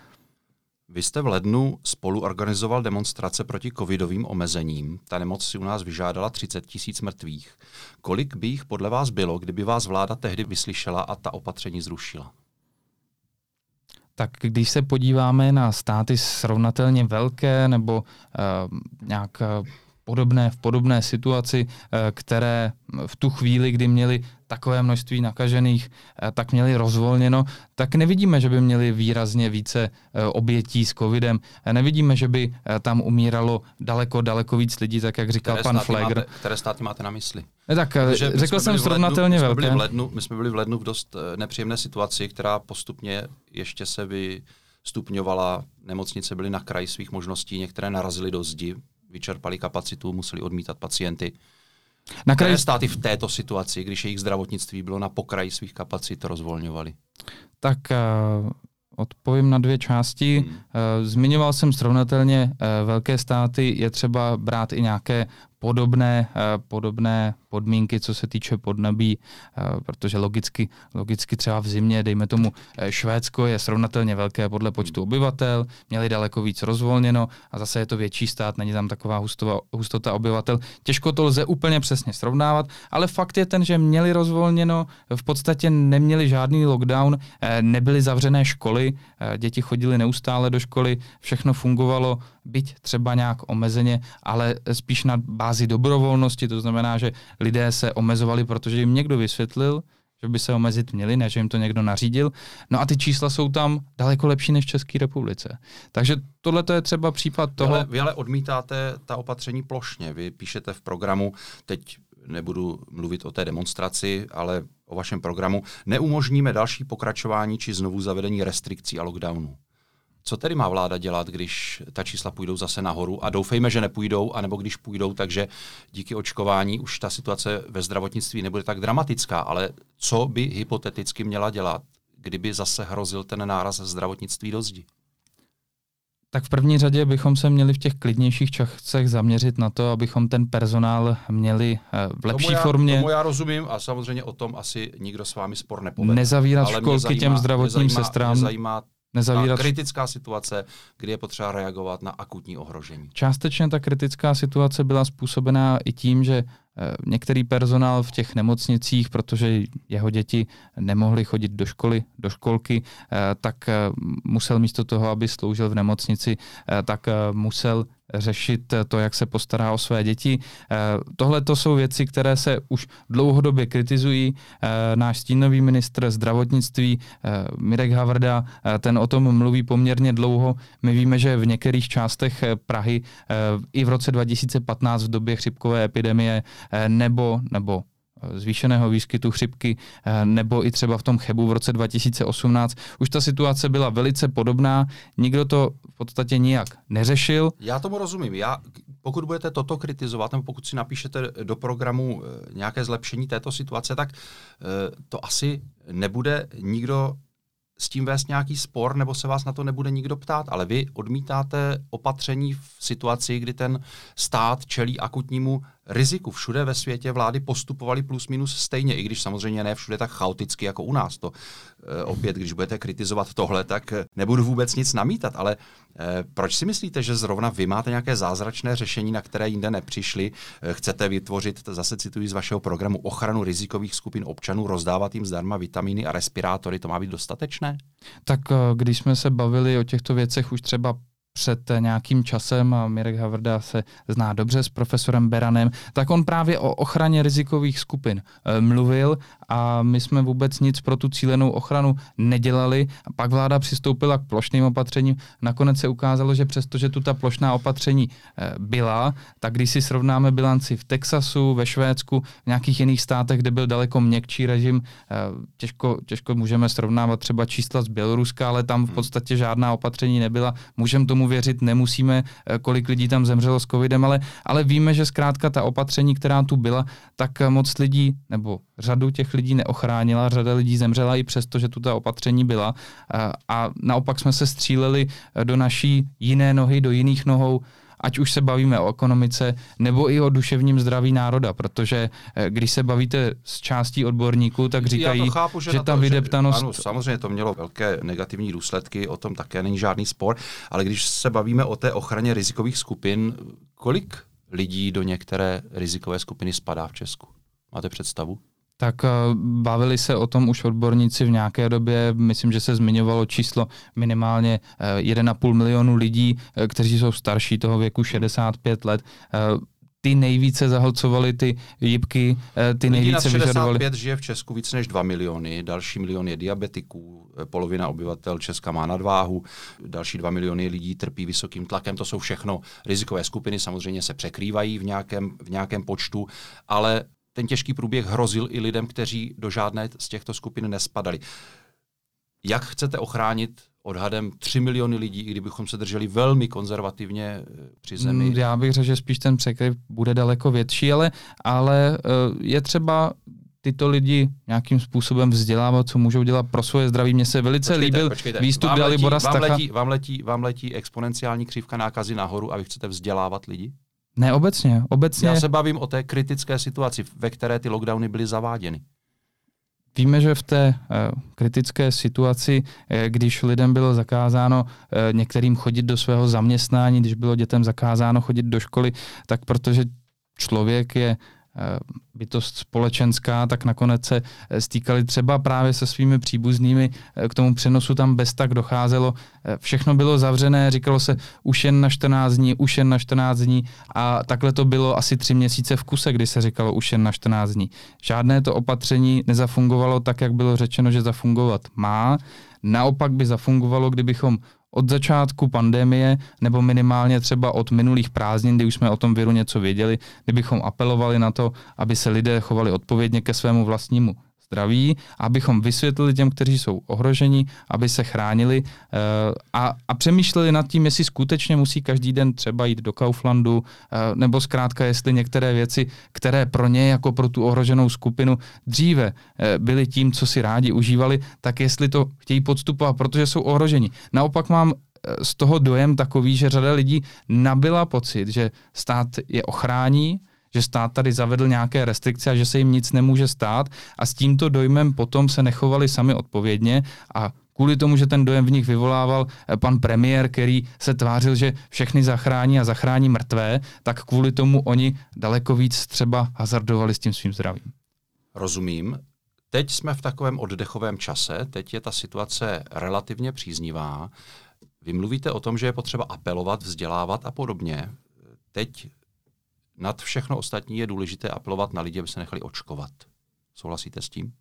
Vy jste v lednu spolu organizoval demonstrace proti covidovým omezením. Ta nemoc si u nás vyžádala třicet tisíc mrtvých. Kolik by jich podle vás bylo, kdyby vás vláda tehdy vyslyšela a ta opatření zrušila? Tak když se podíváme na státy srovnatelně velké nebo uh, nějak uh, podobné, v podobné situaci, uh, které v tu chvíli, kdy měli takové množství nakažených, uh, tak měli rozvolněno, tak nevidíme, že by měli výrazně více uh, obětí s covidem. Uh, nevidíme, že by uh, tam umíralo daleko, daleko víc lidí, tak jak říkal které pan Flegr. Máte, které státy máte na mysli? Ne, tak Protože řekl jsem srovnatelně lednu, velké. My jsme, byli v lednu, my jsme byli v lednu v dost nepříjemné situaci, která postupně ještě se vystupňovala. Nemocnice byly na kraji svých možností, některé narazily do zdi, vyčerpali kapacitu, museli odmítat pacienty. Na kraj... Které státy v této situaci, když jejich zdravotnictví bylo na pokraji svých kapacit, rozvolňovaly? Tak uh, odpovím na dvě části. Hmm. Uh, zmiňoval jsem srovnatelně uh, velké státy, je třeba brát i nějaké podobné, uh, podobné podmínky, co se týče podnebí, uh, protože logicky, logicky třeba v zimě, dejme tomu, uh, Švédsko je srovnatelně velké podle počtu obyvatel, měli daleko víc rozvolněno a zase je to větší stát, není tam taková hustova, hustota obyvatel. Těžko to lze úplně přesně srovnávat, ale fakt je ten, že měli rozvolněno, v podstatě neměli žádný lockdown, uh, nebyly zavřené školy, uh, děti chodily neustále do školy, všechno fungovalo, byť třeba nějak omezeně, ale spíš na bázi dobrovolnosti, to znamená, že lidé se omezovali, protože jim někdo vysvětlil, že by se omezit měli, ne že jim to někdo nařídil. No a ty čísla jsou tam daleko lepší než v České republice. Takže tohle je třeba případ toho... Vy ale, vy ale odmítáte ta opatření plošně. Vy píšete v programu, teď nebudu mluvit o té demonstraci, ale o vašem programu, neumožníme další pokračování či znovu zavedení restrikcí a lockdownů. Co tedy má vláda dělat, když ta čísla půjdou zase nahoru a doufejme, že nepůjdou, anebo když půjdou, takže díky očkování už ta situace ve zdravotnictví nebude tak dramatická, ale co by hypoteticky měla dělat, kdyby zase hrozil ten náraz zdravotnictví do zdi? Tak v první řadě bychom se měli v těch klidnějších časech zaměřit na to, abychom ten personál měli v lepší tomu já, formě. Tomu já rozumím a samozřejmě o tom asi nikdo s vámi spor nepovede. Nezavírat školky zajímá, těm zdravotním nezajímá, sestrám. Nezajímá Nezavírat... Ta kritická situace, kdy je potřeba reagovat na akutní ohrožení. Částečně ta kritická situace byla způsobená i tím, že některý personál v těch nemocnicích, protože jeho děti nemohly chodit do školy, do školky, tak musel místo toho, aby sloužil v nemocnici, tak musel řešit to, jak se postará o své děti. Tohle to jsou věci, které se už dlouhodobě kritizují. Náš stínový ministr zdravotnictví Mirek Havrda, ten o tom mluví poměrně dlouho. My víme, že v některých částech Prahy i v roce dva tisíce patnáct v době chřipkové epidemie nebo, nebo zvýšeného výskytu chřipky, nebo i třeba v tom Chebu v roce dva tisíce osmnáct. Už ta situace byla velice podobná, nikdo to v podstatě nijak neřešil. Já tomu rozumím. Já, pokud budete toto kritizovat, nebo pokud si napíšete do programu nějaké zlepšení této situace, tak to asi nebude nikdo s tím vést nějaký spor, nebo se vás na to nebude nikdo ptát, ale vy odmítáte opatření v situaci, kdy ten stát čelí akutnímu riziku. Všude ve světě vlády postupovaly plus minus stejně, i když samozřejmě ne všude tak chaoticky jako u nás. To e, opět, když budete kritizovat tohle, tak nebudu vůbec nic namítat, ale e, proč si myslíte, že zrovna vy máte nějaké zázračné řešení, na které jinde nepřišli? E, chcete vytvořit, zase cituji z vašeho programu, ochranu rizikových skupin občanů, rozdávat jim zdarma vitamíny a respirátory, to má být dostatečné? Tak když jsme se bavili o těchto věcech už třeba před nějakým časem, a Mirek Havrda se zná dobře s profesorem Beranem, tak on právě o ochraně rizikových skupin e, mluvil a my jsme vůbec nic pro tu cílenou ochranu nedělali. A pak vláda přistoupila k plošným opatřením. Nakonec se ukázalo, že přestože tu ta plošná opatření e, byla, tak když si srovnáme bilanci v Texasu, ve Švédsku, v nějakých jiných státech, kde byl daleko měkčí režim, e, těžko, těžko můžeme srovnávat třeba čísla z Běloruska, ale tam v podstatě žádná opatření nebyla. Můžeme tomu věřit, nemusíme, kolik lidí tam zemřelo s covidem, ale, ale víme, že zkrátka ta opatření, která tu byla, tak moc lidí, nebo řadu těch lidí neochránila, řada lidí zemřela i přesto, že tu ta opatření byla a, a naopak jsme se stříleli do naší jiné nohy, do jiných nohou, ať už se bavíme o ekonomice, nebo i o duševním zdraví národa, protože když se bavíte s částí odborníků, tak říkají, chápu, že, že ta to, vydeptanost... Že, ano, samozřejmě to mělo velké negativní důsledky, o tom také není žádný spor, ale když se bavíme o té ochraně rizikových skupin, kolik lidí do některé rizikové skupiny spadá v Česku? Máte představu? Tak bavili se o tom už odborníci v nějaké době, myslím, že se zmiňovalo číslo minimálně jeden a půl milionu lidí, kteří jsou starší toho věku šedesát pět let. Ty nejvíce zahlcovali ty jipky, ty Lidí nejvíce vyžadovali. šedesát pět žije v Česku více než dva miliony, další milion je diabetiků, polovina obyvatel Česka má nadváhu, další dva miliony lidí trpí vysokým tlakem, to jsou všechno rizikové skupiny, samozřejmě se překrývají v nějakém, v nějakém počtu, ale ten těžký průběh hrozil i lidem, kteří do žádné z těchto skupin nespadali. Jak chcete ochránit odhadem tři miliony lidí, i kdybychom se drželi velmi konzervativně při zemi. Já bych řekl, že spíš ten překryv bude daleko větší, ale, ale je třeba tyto lidi nějakým způsobem vzdělávat, co můžou dělat pro svoje zdraví. Mně se velice počkejte, líbil počkejte. výstup vám Dalibora letí, Stacha. Vám letí, vám, letí, vám letí exponenciální křivka nákazy nahoru a vy chcete vzdělávat lidi? Ne, obecně. obecně. Já se bavím o té kritické situaci, ve které ty lockdowny byly zaváděny. Víme, že v té uh, kritické situaci, eh, když lidem bylo zakázáno eh, některým chodit do svého zaměstnání, když bylo dětem zakázáno chodit do školy, tak protože člověk je bytost společenská, tak nakonec se stýkali třeba právě se svými příbuznými, k tomu přenosu tam bez tak docházelo. Všechno bylo zavřené, říkalo se už jen na čtrnáct dní, už jen na čtrnáct dní a takhle to bylo asi tři měsíce v kuse, kdy se říkalo už jen na čtrnáct dní. Žádné to opatření nezafungovalo tak, jak bylo řečeno, že zafungovat má. Naopak by zafungovalo, kdybychom od začátku pandemie, nebo minimálně třeba od minulých prázdnin, kdy už jsme o tom viru něco věděli, kdybychom apelovali na to, aby se lidé chovali odpovědně ke svému vlastnímu zdraví, abychom vysvětlili těm, kteří jsou ohroženi, aby se chránili a, a přemýšleli nad tím, jestli skutečně musí každý den třeba jít do Kauflandu, nebo zkrátka, jestli některé věci, které pro ně jako pro tu ohroženou skupinu dříve byly tím, co si rádi užívali, tak jestli to chtějí podstupovat, protože jsou ohroženi. Naopak mám z toho dojem takový, že řada lidí nabyla pocit, že stát je ochrání, že stát tady zavedl nějaké restrikce a že se jim nic nemůže stát a s tímto dojmem potom se nechovali sami odpovědně a kvůli tomu, že ten dojem v nich vyvolával pan premiér, který se tvářil, že všechny zachrání a zachrání mrtvé, tak kvůli tomu oni daleko víc třeba hazardovali s tím svým zdravím. Rozumím. Teď jsme v takovém oddechovém čase, teď je ta situace relativně příznivá. Vy mluvíte o tom, že je potřeba apelovat, vzdělávat a podobně. Teď nad všechno ostatní je důležité apelovat na lidi, aby se nechali očkovat. Souhlasíte s tím?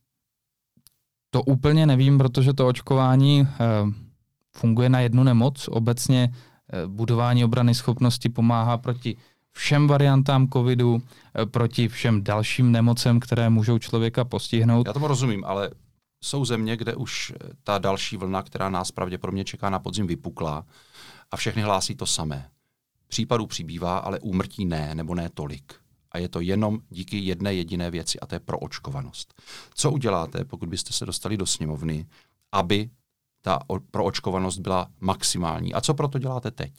To úplně nevím, protože to očkování eh, funguje na jednu nemoc. Obecně eh, budování obrany schopnosti pomáhá proti všem variantám covidu, eh, proti všem dalším nemocem, které můžou člověka postihnout. Já tomu rozumím, ale jsou země, kde už ta další vlna, která nás pravděpodobně čeká na podzim, vypukla a všechny hlásí to samé. Případů přibývá, ale úmrtí ne, nebo ne tolik. A je to jenom díky jedné jediné věci, a to je proočkovanost. Co uděláte, pokud byste se dostali do sněmovny, aby ta proočkovanost byla maximální? A co proto děláte teď?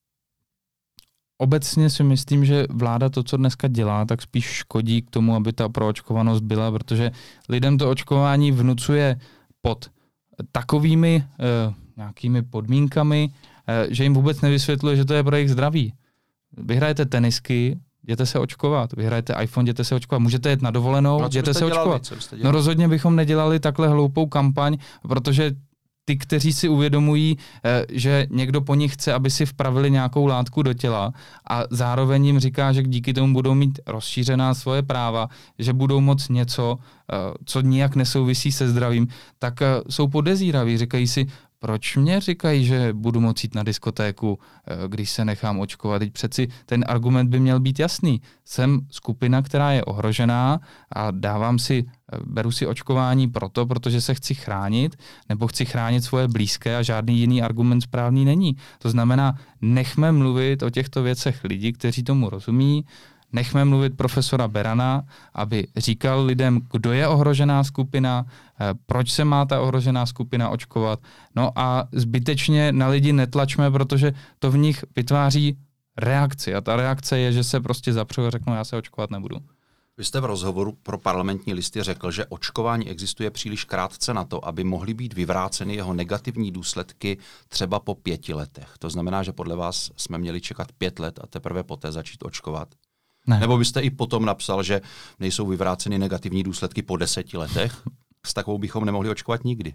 Obecně si myslím, že vláda to, co dneska dělá, tak spíš škodí k tomu, aby ta proočkovanost byla, protože lidem to očkování vnucuje pod takovými eh, nějakými podmínkami, že jim vůbec nevysvětluje, že to je pro jejich zdraví. Vyhrajete tenisky, jděte se očkovat. Vyhrajete iPhone, jděte se očkovat. Můžete jet na dovolenou, no, jděte se očkovat. No rozhodně bychom nedělali takhle hloupou kampaň, protože ty, kteří si uvědomují, že někdo po nich chce, aby si vpravili nějakou látku do těla a zároveň jim říká, že díky tomu budou mít rozšířená svoje práva, že budou moct něco, co nijak nesouvisí se zdravím, tak jsou podezíraví. Říkají si, proč mě říkají, že budu moct jít na diskotéku, když se nechám očkovat? Teď přeci ten argument by měl být jasný. Jsem skupina, která je ohrožená a dávám si, beru si očkování proto, protože se chci chránit, nebo chci chránit svoje blízké a žádný jiný argument správný není. To znamená, nechme mluvit o těchto věcech lidi, kteří tomu rozumí, nechme mluvit profesora Berana, aby říkal lidem, kdo je ohrožená skupina, proč se má ta ohrožená skupina očkovat. No a zbytečně na lidi netlačme, protože to v nich vytváří reakci. A ta reakce je, že se prostě zapřou a řeknou, já se očkovat nebudu. Vy jste v rozhovoru pro Parlamentní listy řekl, že očkování existuje příliš krátce na to, aby mohly být vyvráceny jeho negativní důsledky třeba po pěti letech. To znamená, že podle vás jsme měli čekat pět let a teprve poté začít očkovat? Ne. Nebo byste i potom napsal, že nejsou vyvráceny negativní důsledky po deseti letech? S takovou bychom nemohli očkovat nikdy.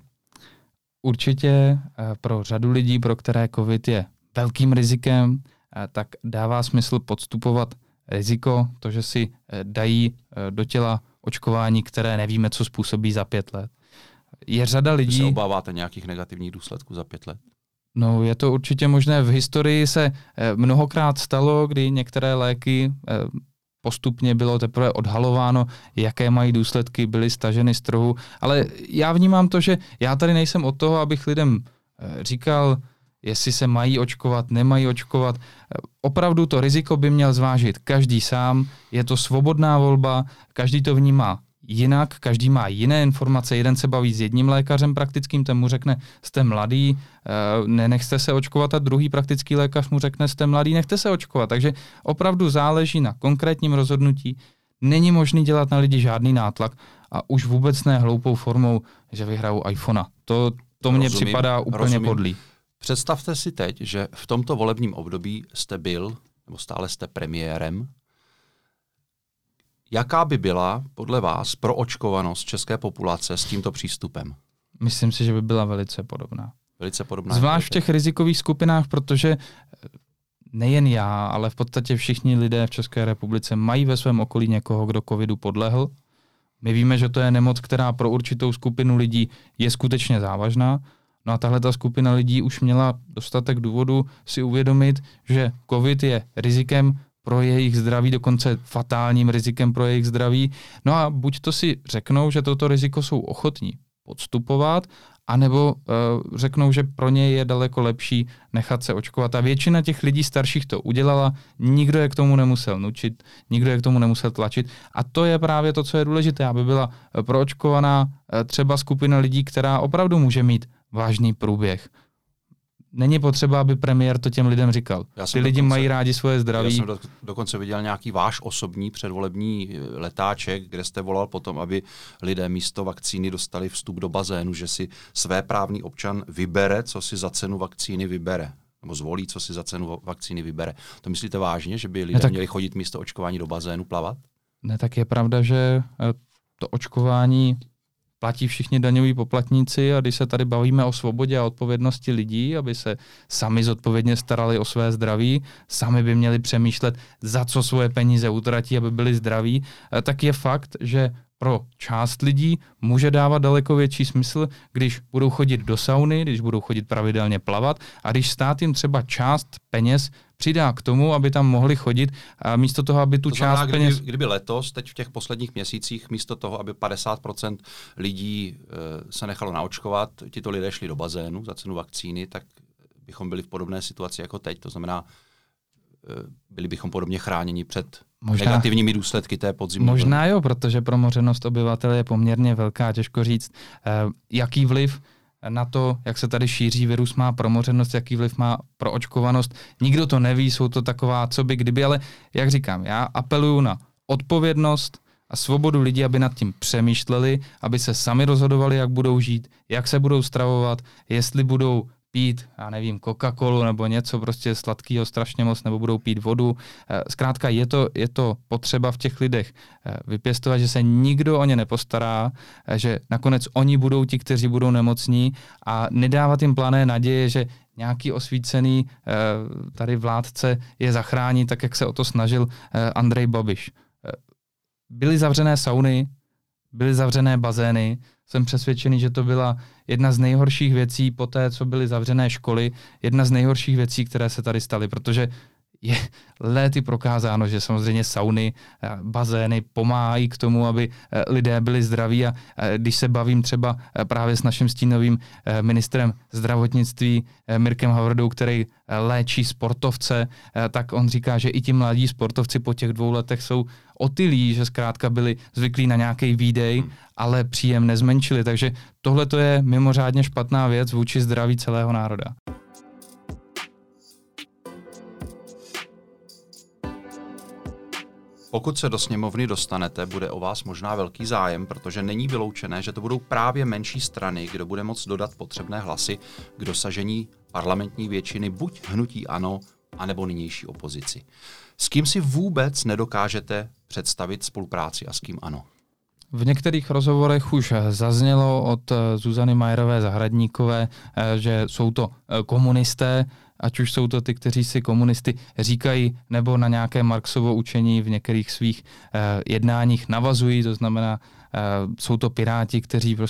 Určitě pro řadu lidí, pro které COVID je velkým rizikem, tak dává smysl podstupovat riziko, to, že si dají do těla očkování, které nevíme, co způsobí za pět let. Je řada lidí... Vy se obáváte nějakých negativních důsledků za pět let? No, je to určitě možné. V historii se mnohokrát stalo, kdy některé léky postupně bylo teprve odhalováno, jaké mají důsledky, byly staženy z trhu. Ale já vnímám to, že já tady nejsem od toho, abych lidem říkal, jestli se mají očkovat, nemají očkovat. Opravdu to riziko by měl zvážit každý sám, je to svobodná volba, každý to vnímá jinak, každý má jiné informace, jeden se baví s jedním lékařem praktickým, ten mu řekne, jste mladý, nenechte se očkovat, a druhý praktický lékař mu řekne, jste mladý, nechte se očkovat. Takže opravdu záleží na konkrétním rozhodnutí, není možný dělat na lidi žádný nátlak a už vůbec ne hloupou formou, že vyhrajou iPhona. To, to mně rozumím, připadá úplně rozumím. podlý. Představte si teď, že v tomto volebním období jste byl, nebo stále jste premiérem. Jaká by byla podle vás proočkovanost české populace s tímto přístupem? Myslím si, že by byla velice podobná. Velice podobná. Zvlášť v těch rizikových skupinách, protože nejen já, ale v podstatě všichni lidé v České republice mají ve svém okolí někoho, kdo covidu podlehl. My víme, že to je nemoc, která pro určitou skupinu lidí je skutečně závažná. No a tahle ta skupina lidí už měla dostatek důvodu si uvědomit, že covid je rizikem pro jejich zdraví, dokonce fatálním rizikem pro jejich zdraví. No a buď to si řeknou, že toto riziko jsou ochotní podstupovat, anebo uh, řeknou, že pro ně je daleko lepší nechat se očkovat. A většina těch lidí starších to udělala, nikdo je k tomu nemusel nučit, nikdo je k tomu nemusel tlačit. A to je právě to, co je důležité, aby byla proočkovaná uh, třeba skupina lidí, která opravdu může mít vážný průběh. Není potřeba, aby premiér to těm lidem říkal. Ty lidi dokonce, mají rádi svoje zdraví. Já jsem do, dokonce viděl nějaký váš osobní předvolební letáček, kde jste volal potom, aby lidé místo vakcíny dostali vstup do bazénu, že si svéprávný občan vybere, co si za cenu vakcíny vybere. Nebo zvolí, co si za cenu vakcíny vybere. To myslíte vážně, že by lidé ne, tak, měli chodit místo očkování do bazénu plavat? Ne, tak je pravda, že to očkování platí všichni daňoví poplatníci, a když se tady bavíme o svobodě a odpovědnosti lidí, aby se sami zodpovědně starali o své zdraví, sami by měli přemýšlet, za co svoje peníze utratí, aby byli zdraví, tak je fakt, že pro část lidí může dávat daleko větší smysl, když budou chodit do sauny, když budou chodit pravidelně plavat, a když stát jim třeba část peněz přidá k tomu, aby tam mohli chodit, a místo toho, aby tu to část znamená, peněz... Kdyby, kdyby letos, teď v těch posledních měsících, místo toho, aby padesát procent lidí e, se nechalo naočkovat, tito lidé šli do bazénu za cenu vakcíny, tak bychom byli v podobné situaci jako teď. To znamená, e, byli bychom podobně chráněni před možná, negativními důsledky té podzimní. Možná jo, protože promořenost obyvatel je poměrně velká, těžko říct, e, jaký vliv na to, jak se tady šíří virus, má promořenost, jaký vliv má proočkovanost. Nikdo to neví, jsou to taková co by kdyby, ale jak říkám, já apeluju na odpovědnost a svobodu lidí, aby nad tím přemýšleli, aby se sami rozhodovali, jak budou žít, jak se budou stravovat, jestli budou pít, já nevím, Coca-Colu nebo něco prostě sladkého strašně moc, nebo budou pít vodu. Zkrátka je to, je to potřeba v těch lidech vypěstovat, že se nikdo o ně nepostará, že nakonec oni budou ti, kteří budou nemocní, a nedávat jim plané naděje, že nějaký osvícený tady vládce je zachrání, tak jak se o to snažil Andrej Babiš. Byly zavřené sauny, byly zavřené bazény. Jsem přesvědčený, že to byla jedna z nejhorších věcí po té, co byly zavřené školy, jedna z nejhorších věcí, které se tady staly, protože je léty prokázáno, že samozřejmě sauny, bazény pomáhají k tomu, aby lidé byli zdraví, a když se bavím třeba právě s naším stínovým ministrem zdravotnictví Mirkem Havrdou, který léčí sportovce, tak on říká, že i ti mladí sportovci po těch dvou letech jsou otylí, že zkrátka byli zvyklí na nějaký výdej, ale příjem nezmenšili, takže tohle to je mimořádně špatná věc vůči zdraví celého národa. Pokud se do sněmovny dostanete, bude o vás možná velký zájem, protože není vyloučené, že to budou právě menší strany, kdo bude moct dodat potřebné hlasy k dosažení parlamentní většiny buď hnutí ANO, anebo nynější opozici. S kým si vůbec nedokážete představit spolupráci a s kým ano? V některých rozhovorech už zaznělo od Zuzany Majerové Zahradníkové, že jsou to komunisté, ať už jsou to ty, kteří si komunisty říkají, nebo na nějaké Marxovo učení v některých svých jednáních navazují, to znamená, jsou to piráti, kteří prostě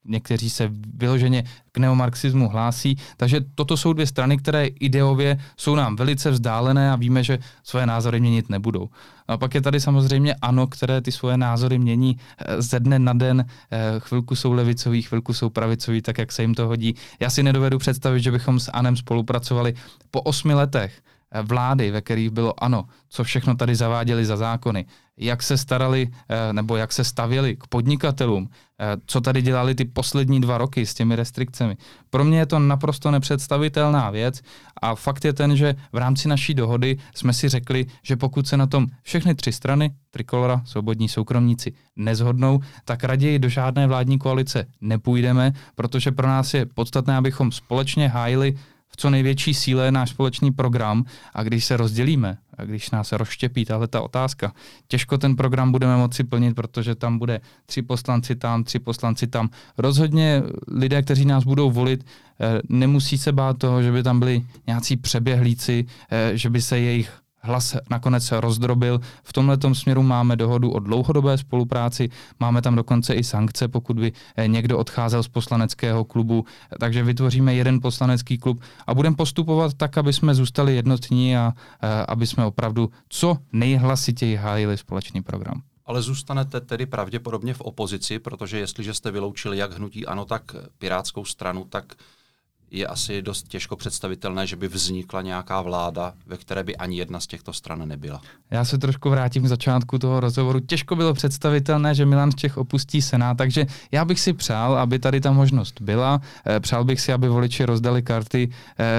někteří se vyloženě k neomarxismu hlásí. Takže toto jsou dvě strany, které ideově jsou nám velice vzdálené a víme, že svoje názory měnit nebudou. A pak je tady samozřejmě ANO, které ty svoje názory mění ze dne na den. Chvilku jsou levicoví, chvilku jsou pravicoví, tak jak se jim to hodí. Já si nedovedu představit, že bychom s ANem spolupracovali po osmi letech vlády, ve kterých bylo ANO, co všechno tady zaváděli za zákony, jak se starali nebo jak se stavěli k podnikatelům, co tady dělali ty poslední dva roky s těmi restrikcemi. Pro mě je to naprosto nepředstavitelná věc a fakt je ten, že v rámci naší dohody jsme si řekli, že pokud se na tom všechny tři strany, Trikolora, Svobodní soukromníci, nezhodnou, tak raději do žádné vládní koalice nepůjdeme, protože pro nás je podstatné, abychom společně hájili v co největší síle náš společný program a když se rozdělíme, a když nás rozštěpí tahle ta otázka, těžko ten program budeme moci plnit, protože tam bude tři poslanci tam, tři poslanci tam. Rozhodně lidé, kteří nás budou volit, nemusí se bát toho, že by tam byli nějací přeběhlíci, že by se jejich hlas nakonec rozdrobil. V tomhletom směru máme dohodu o dlouhodobé spolupráci, máme tam dokonce i sankce, pokud by někdo odcházel z poslaneckého klubu, takže vytvoříme jeden poslanecký klub a budeme postupovat tak, aby jsme zůstali jednotní a, a aby jsme opravdu co nejhlasitěji hájili společný program. Ale zůstanete tedy pravděpodobně v opozici, protože jestliže jste vyloučili jak hnutí ANO, tak Pirátskou stranu, tak je asi dost těžko představitelné, že by vznikla nějaká vláda, ve které by ani jedna z těchto stran nebyla. Já se trošku vrátím k začátku toho rozhovoru. Těžko bylo představitelné, že Milan Čech opustí Senát, takže já bych si přál, aby tady ta možnost byla. Přál bych si, aby voliči rozdali karty,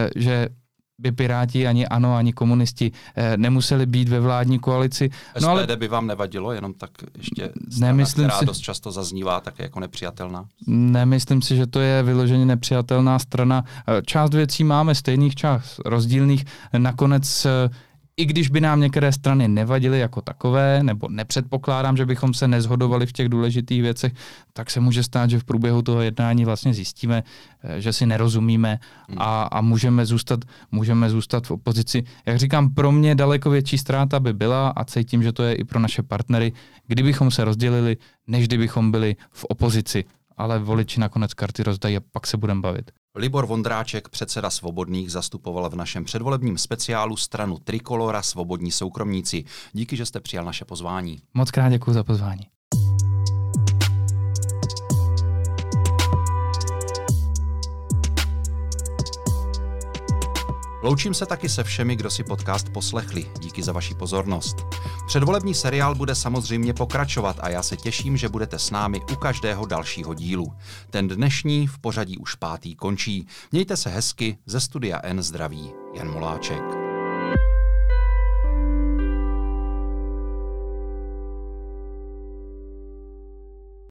že by Piráti, ani ANO, ani komunisti eh, nemuseli být ve vládní koalici. No, S P D ale by vám nevadilo, jenom tak ještě strana, která si, dost často zaznívá, tak je jako nepřijatelná? Nemyslím si, že to je vyloženě nepřijatelná strana. Část věcí máme stejných, část rozdílných. Nakonec eh, i když by nám některé strany nevadily jako takové, nebo nepředpokládám, že bychom se nezhodovali v těch důležitých věcech, tak se může stát, že v průběhu toho jednání vlastně zjistíme, že si nerozumíme a, a můžeme zůstat, můžeme zůstat v opozici. Jak říkám, pro mě daleko větší ztráta by byla a cítím, že to je i pro naše partnery, kdybychom se rozdělili, než kdybychom byli v opozici. Ale voliči nakonec karty rozdají a pak se budeme bavit. Libor Vondráček, předseda Svobodných, zastupoval v našem předvolebním speciálu stranu Trikolora Svobodní soukromníci. Díky, že jste přijal naše pozvání. Moc krát děkuji za pozvání. Loučím se taky se všemi, kdo si podcast poslechli. Díky za vaši pozornost. Předvolební seriál bude samozřejmě pokračovat a já se těším, že budete s námi u každého dalšího dílu. Ten dnešní v pořadí už pátý končí. Mějte se hezky, ze Studia N zdraví Jan Moláček.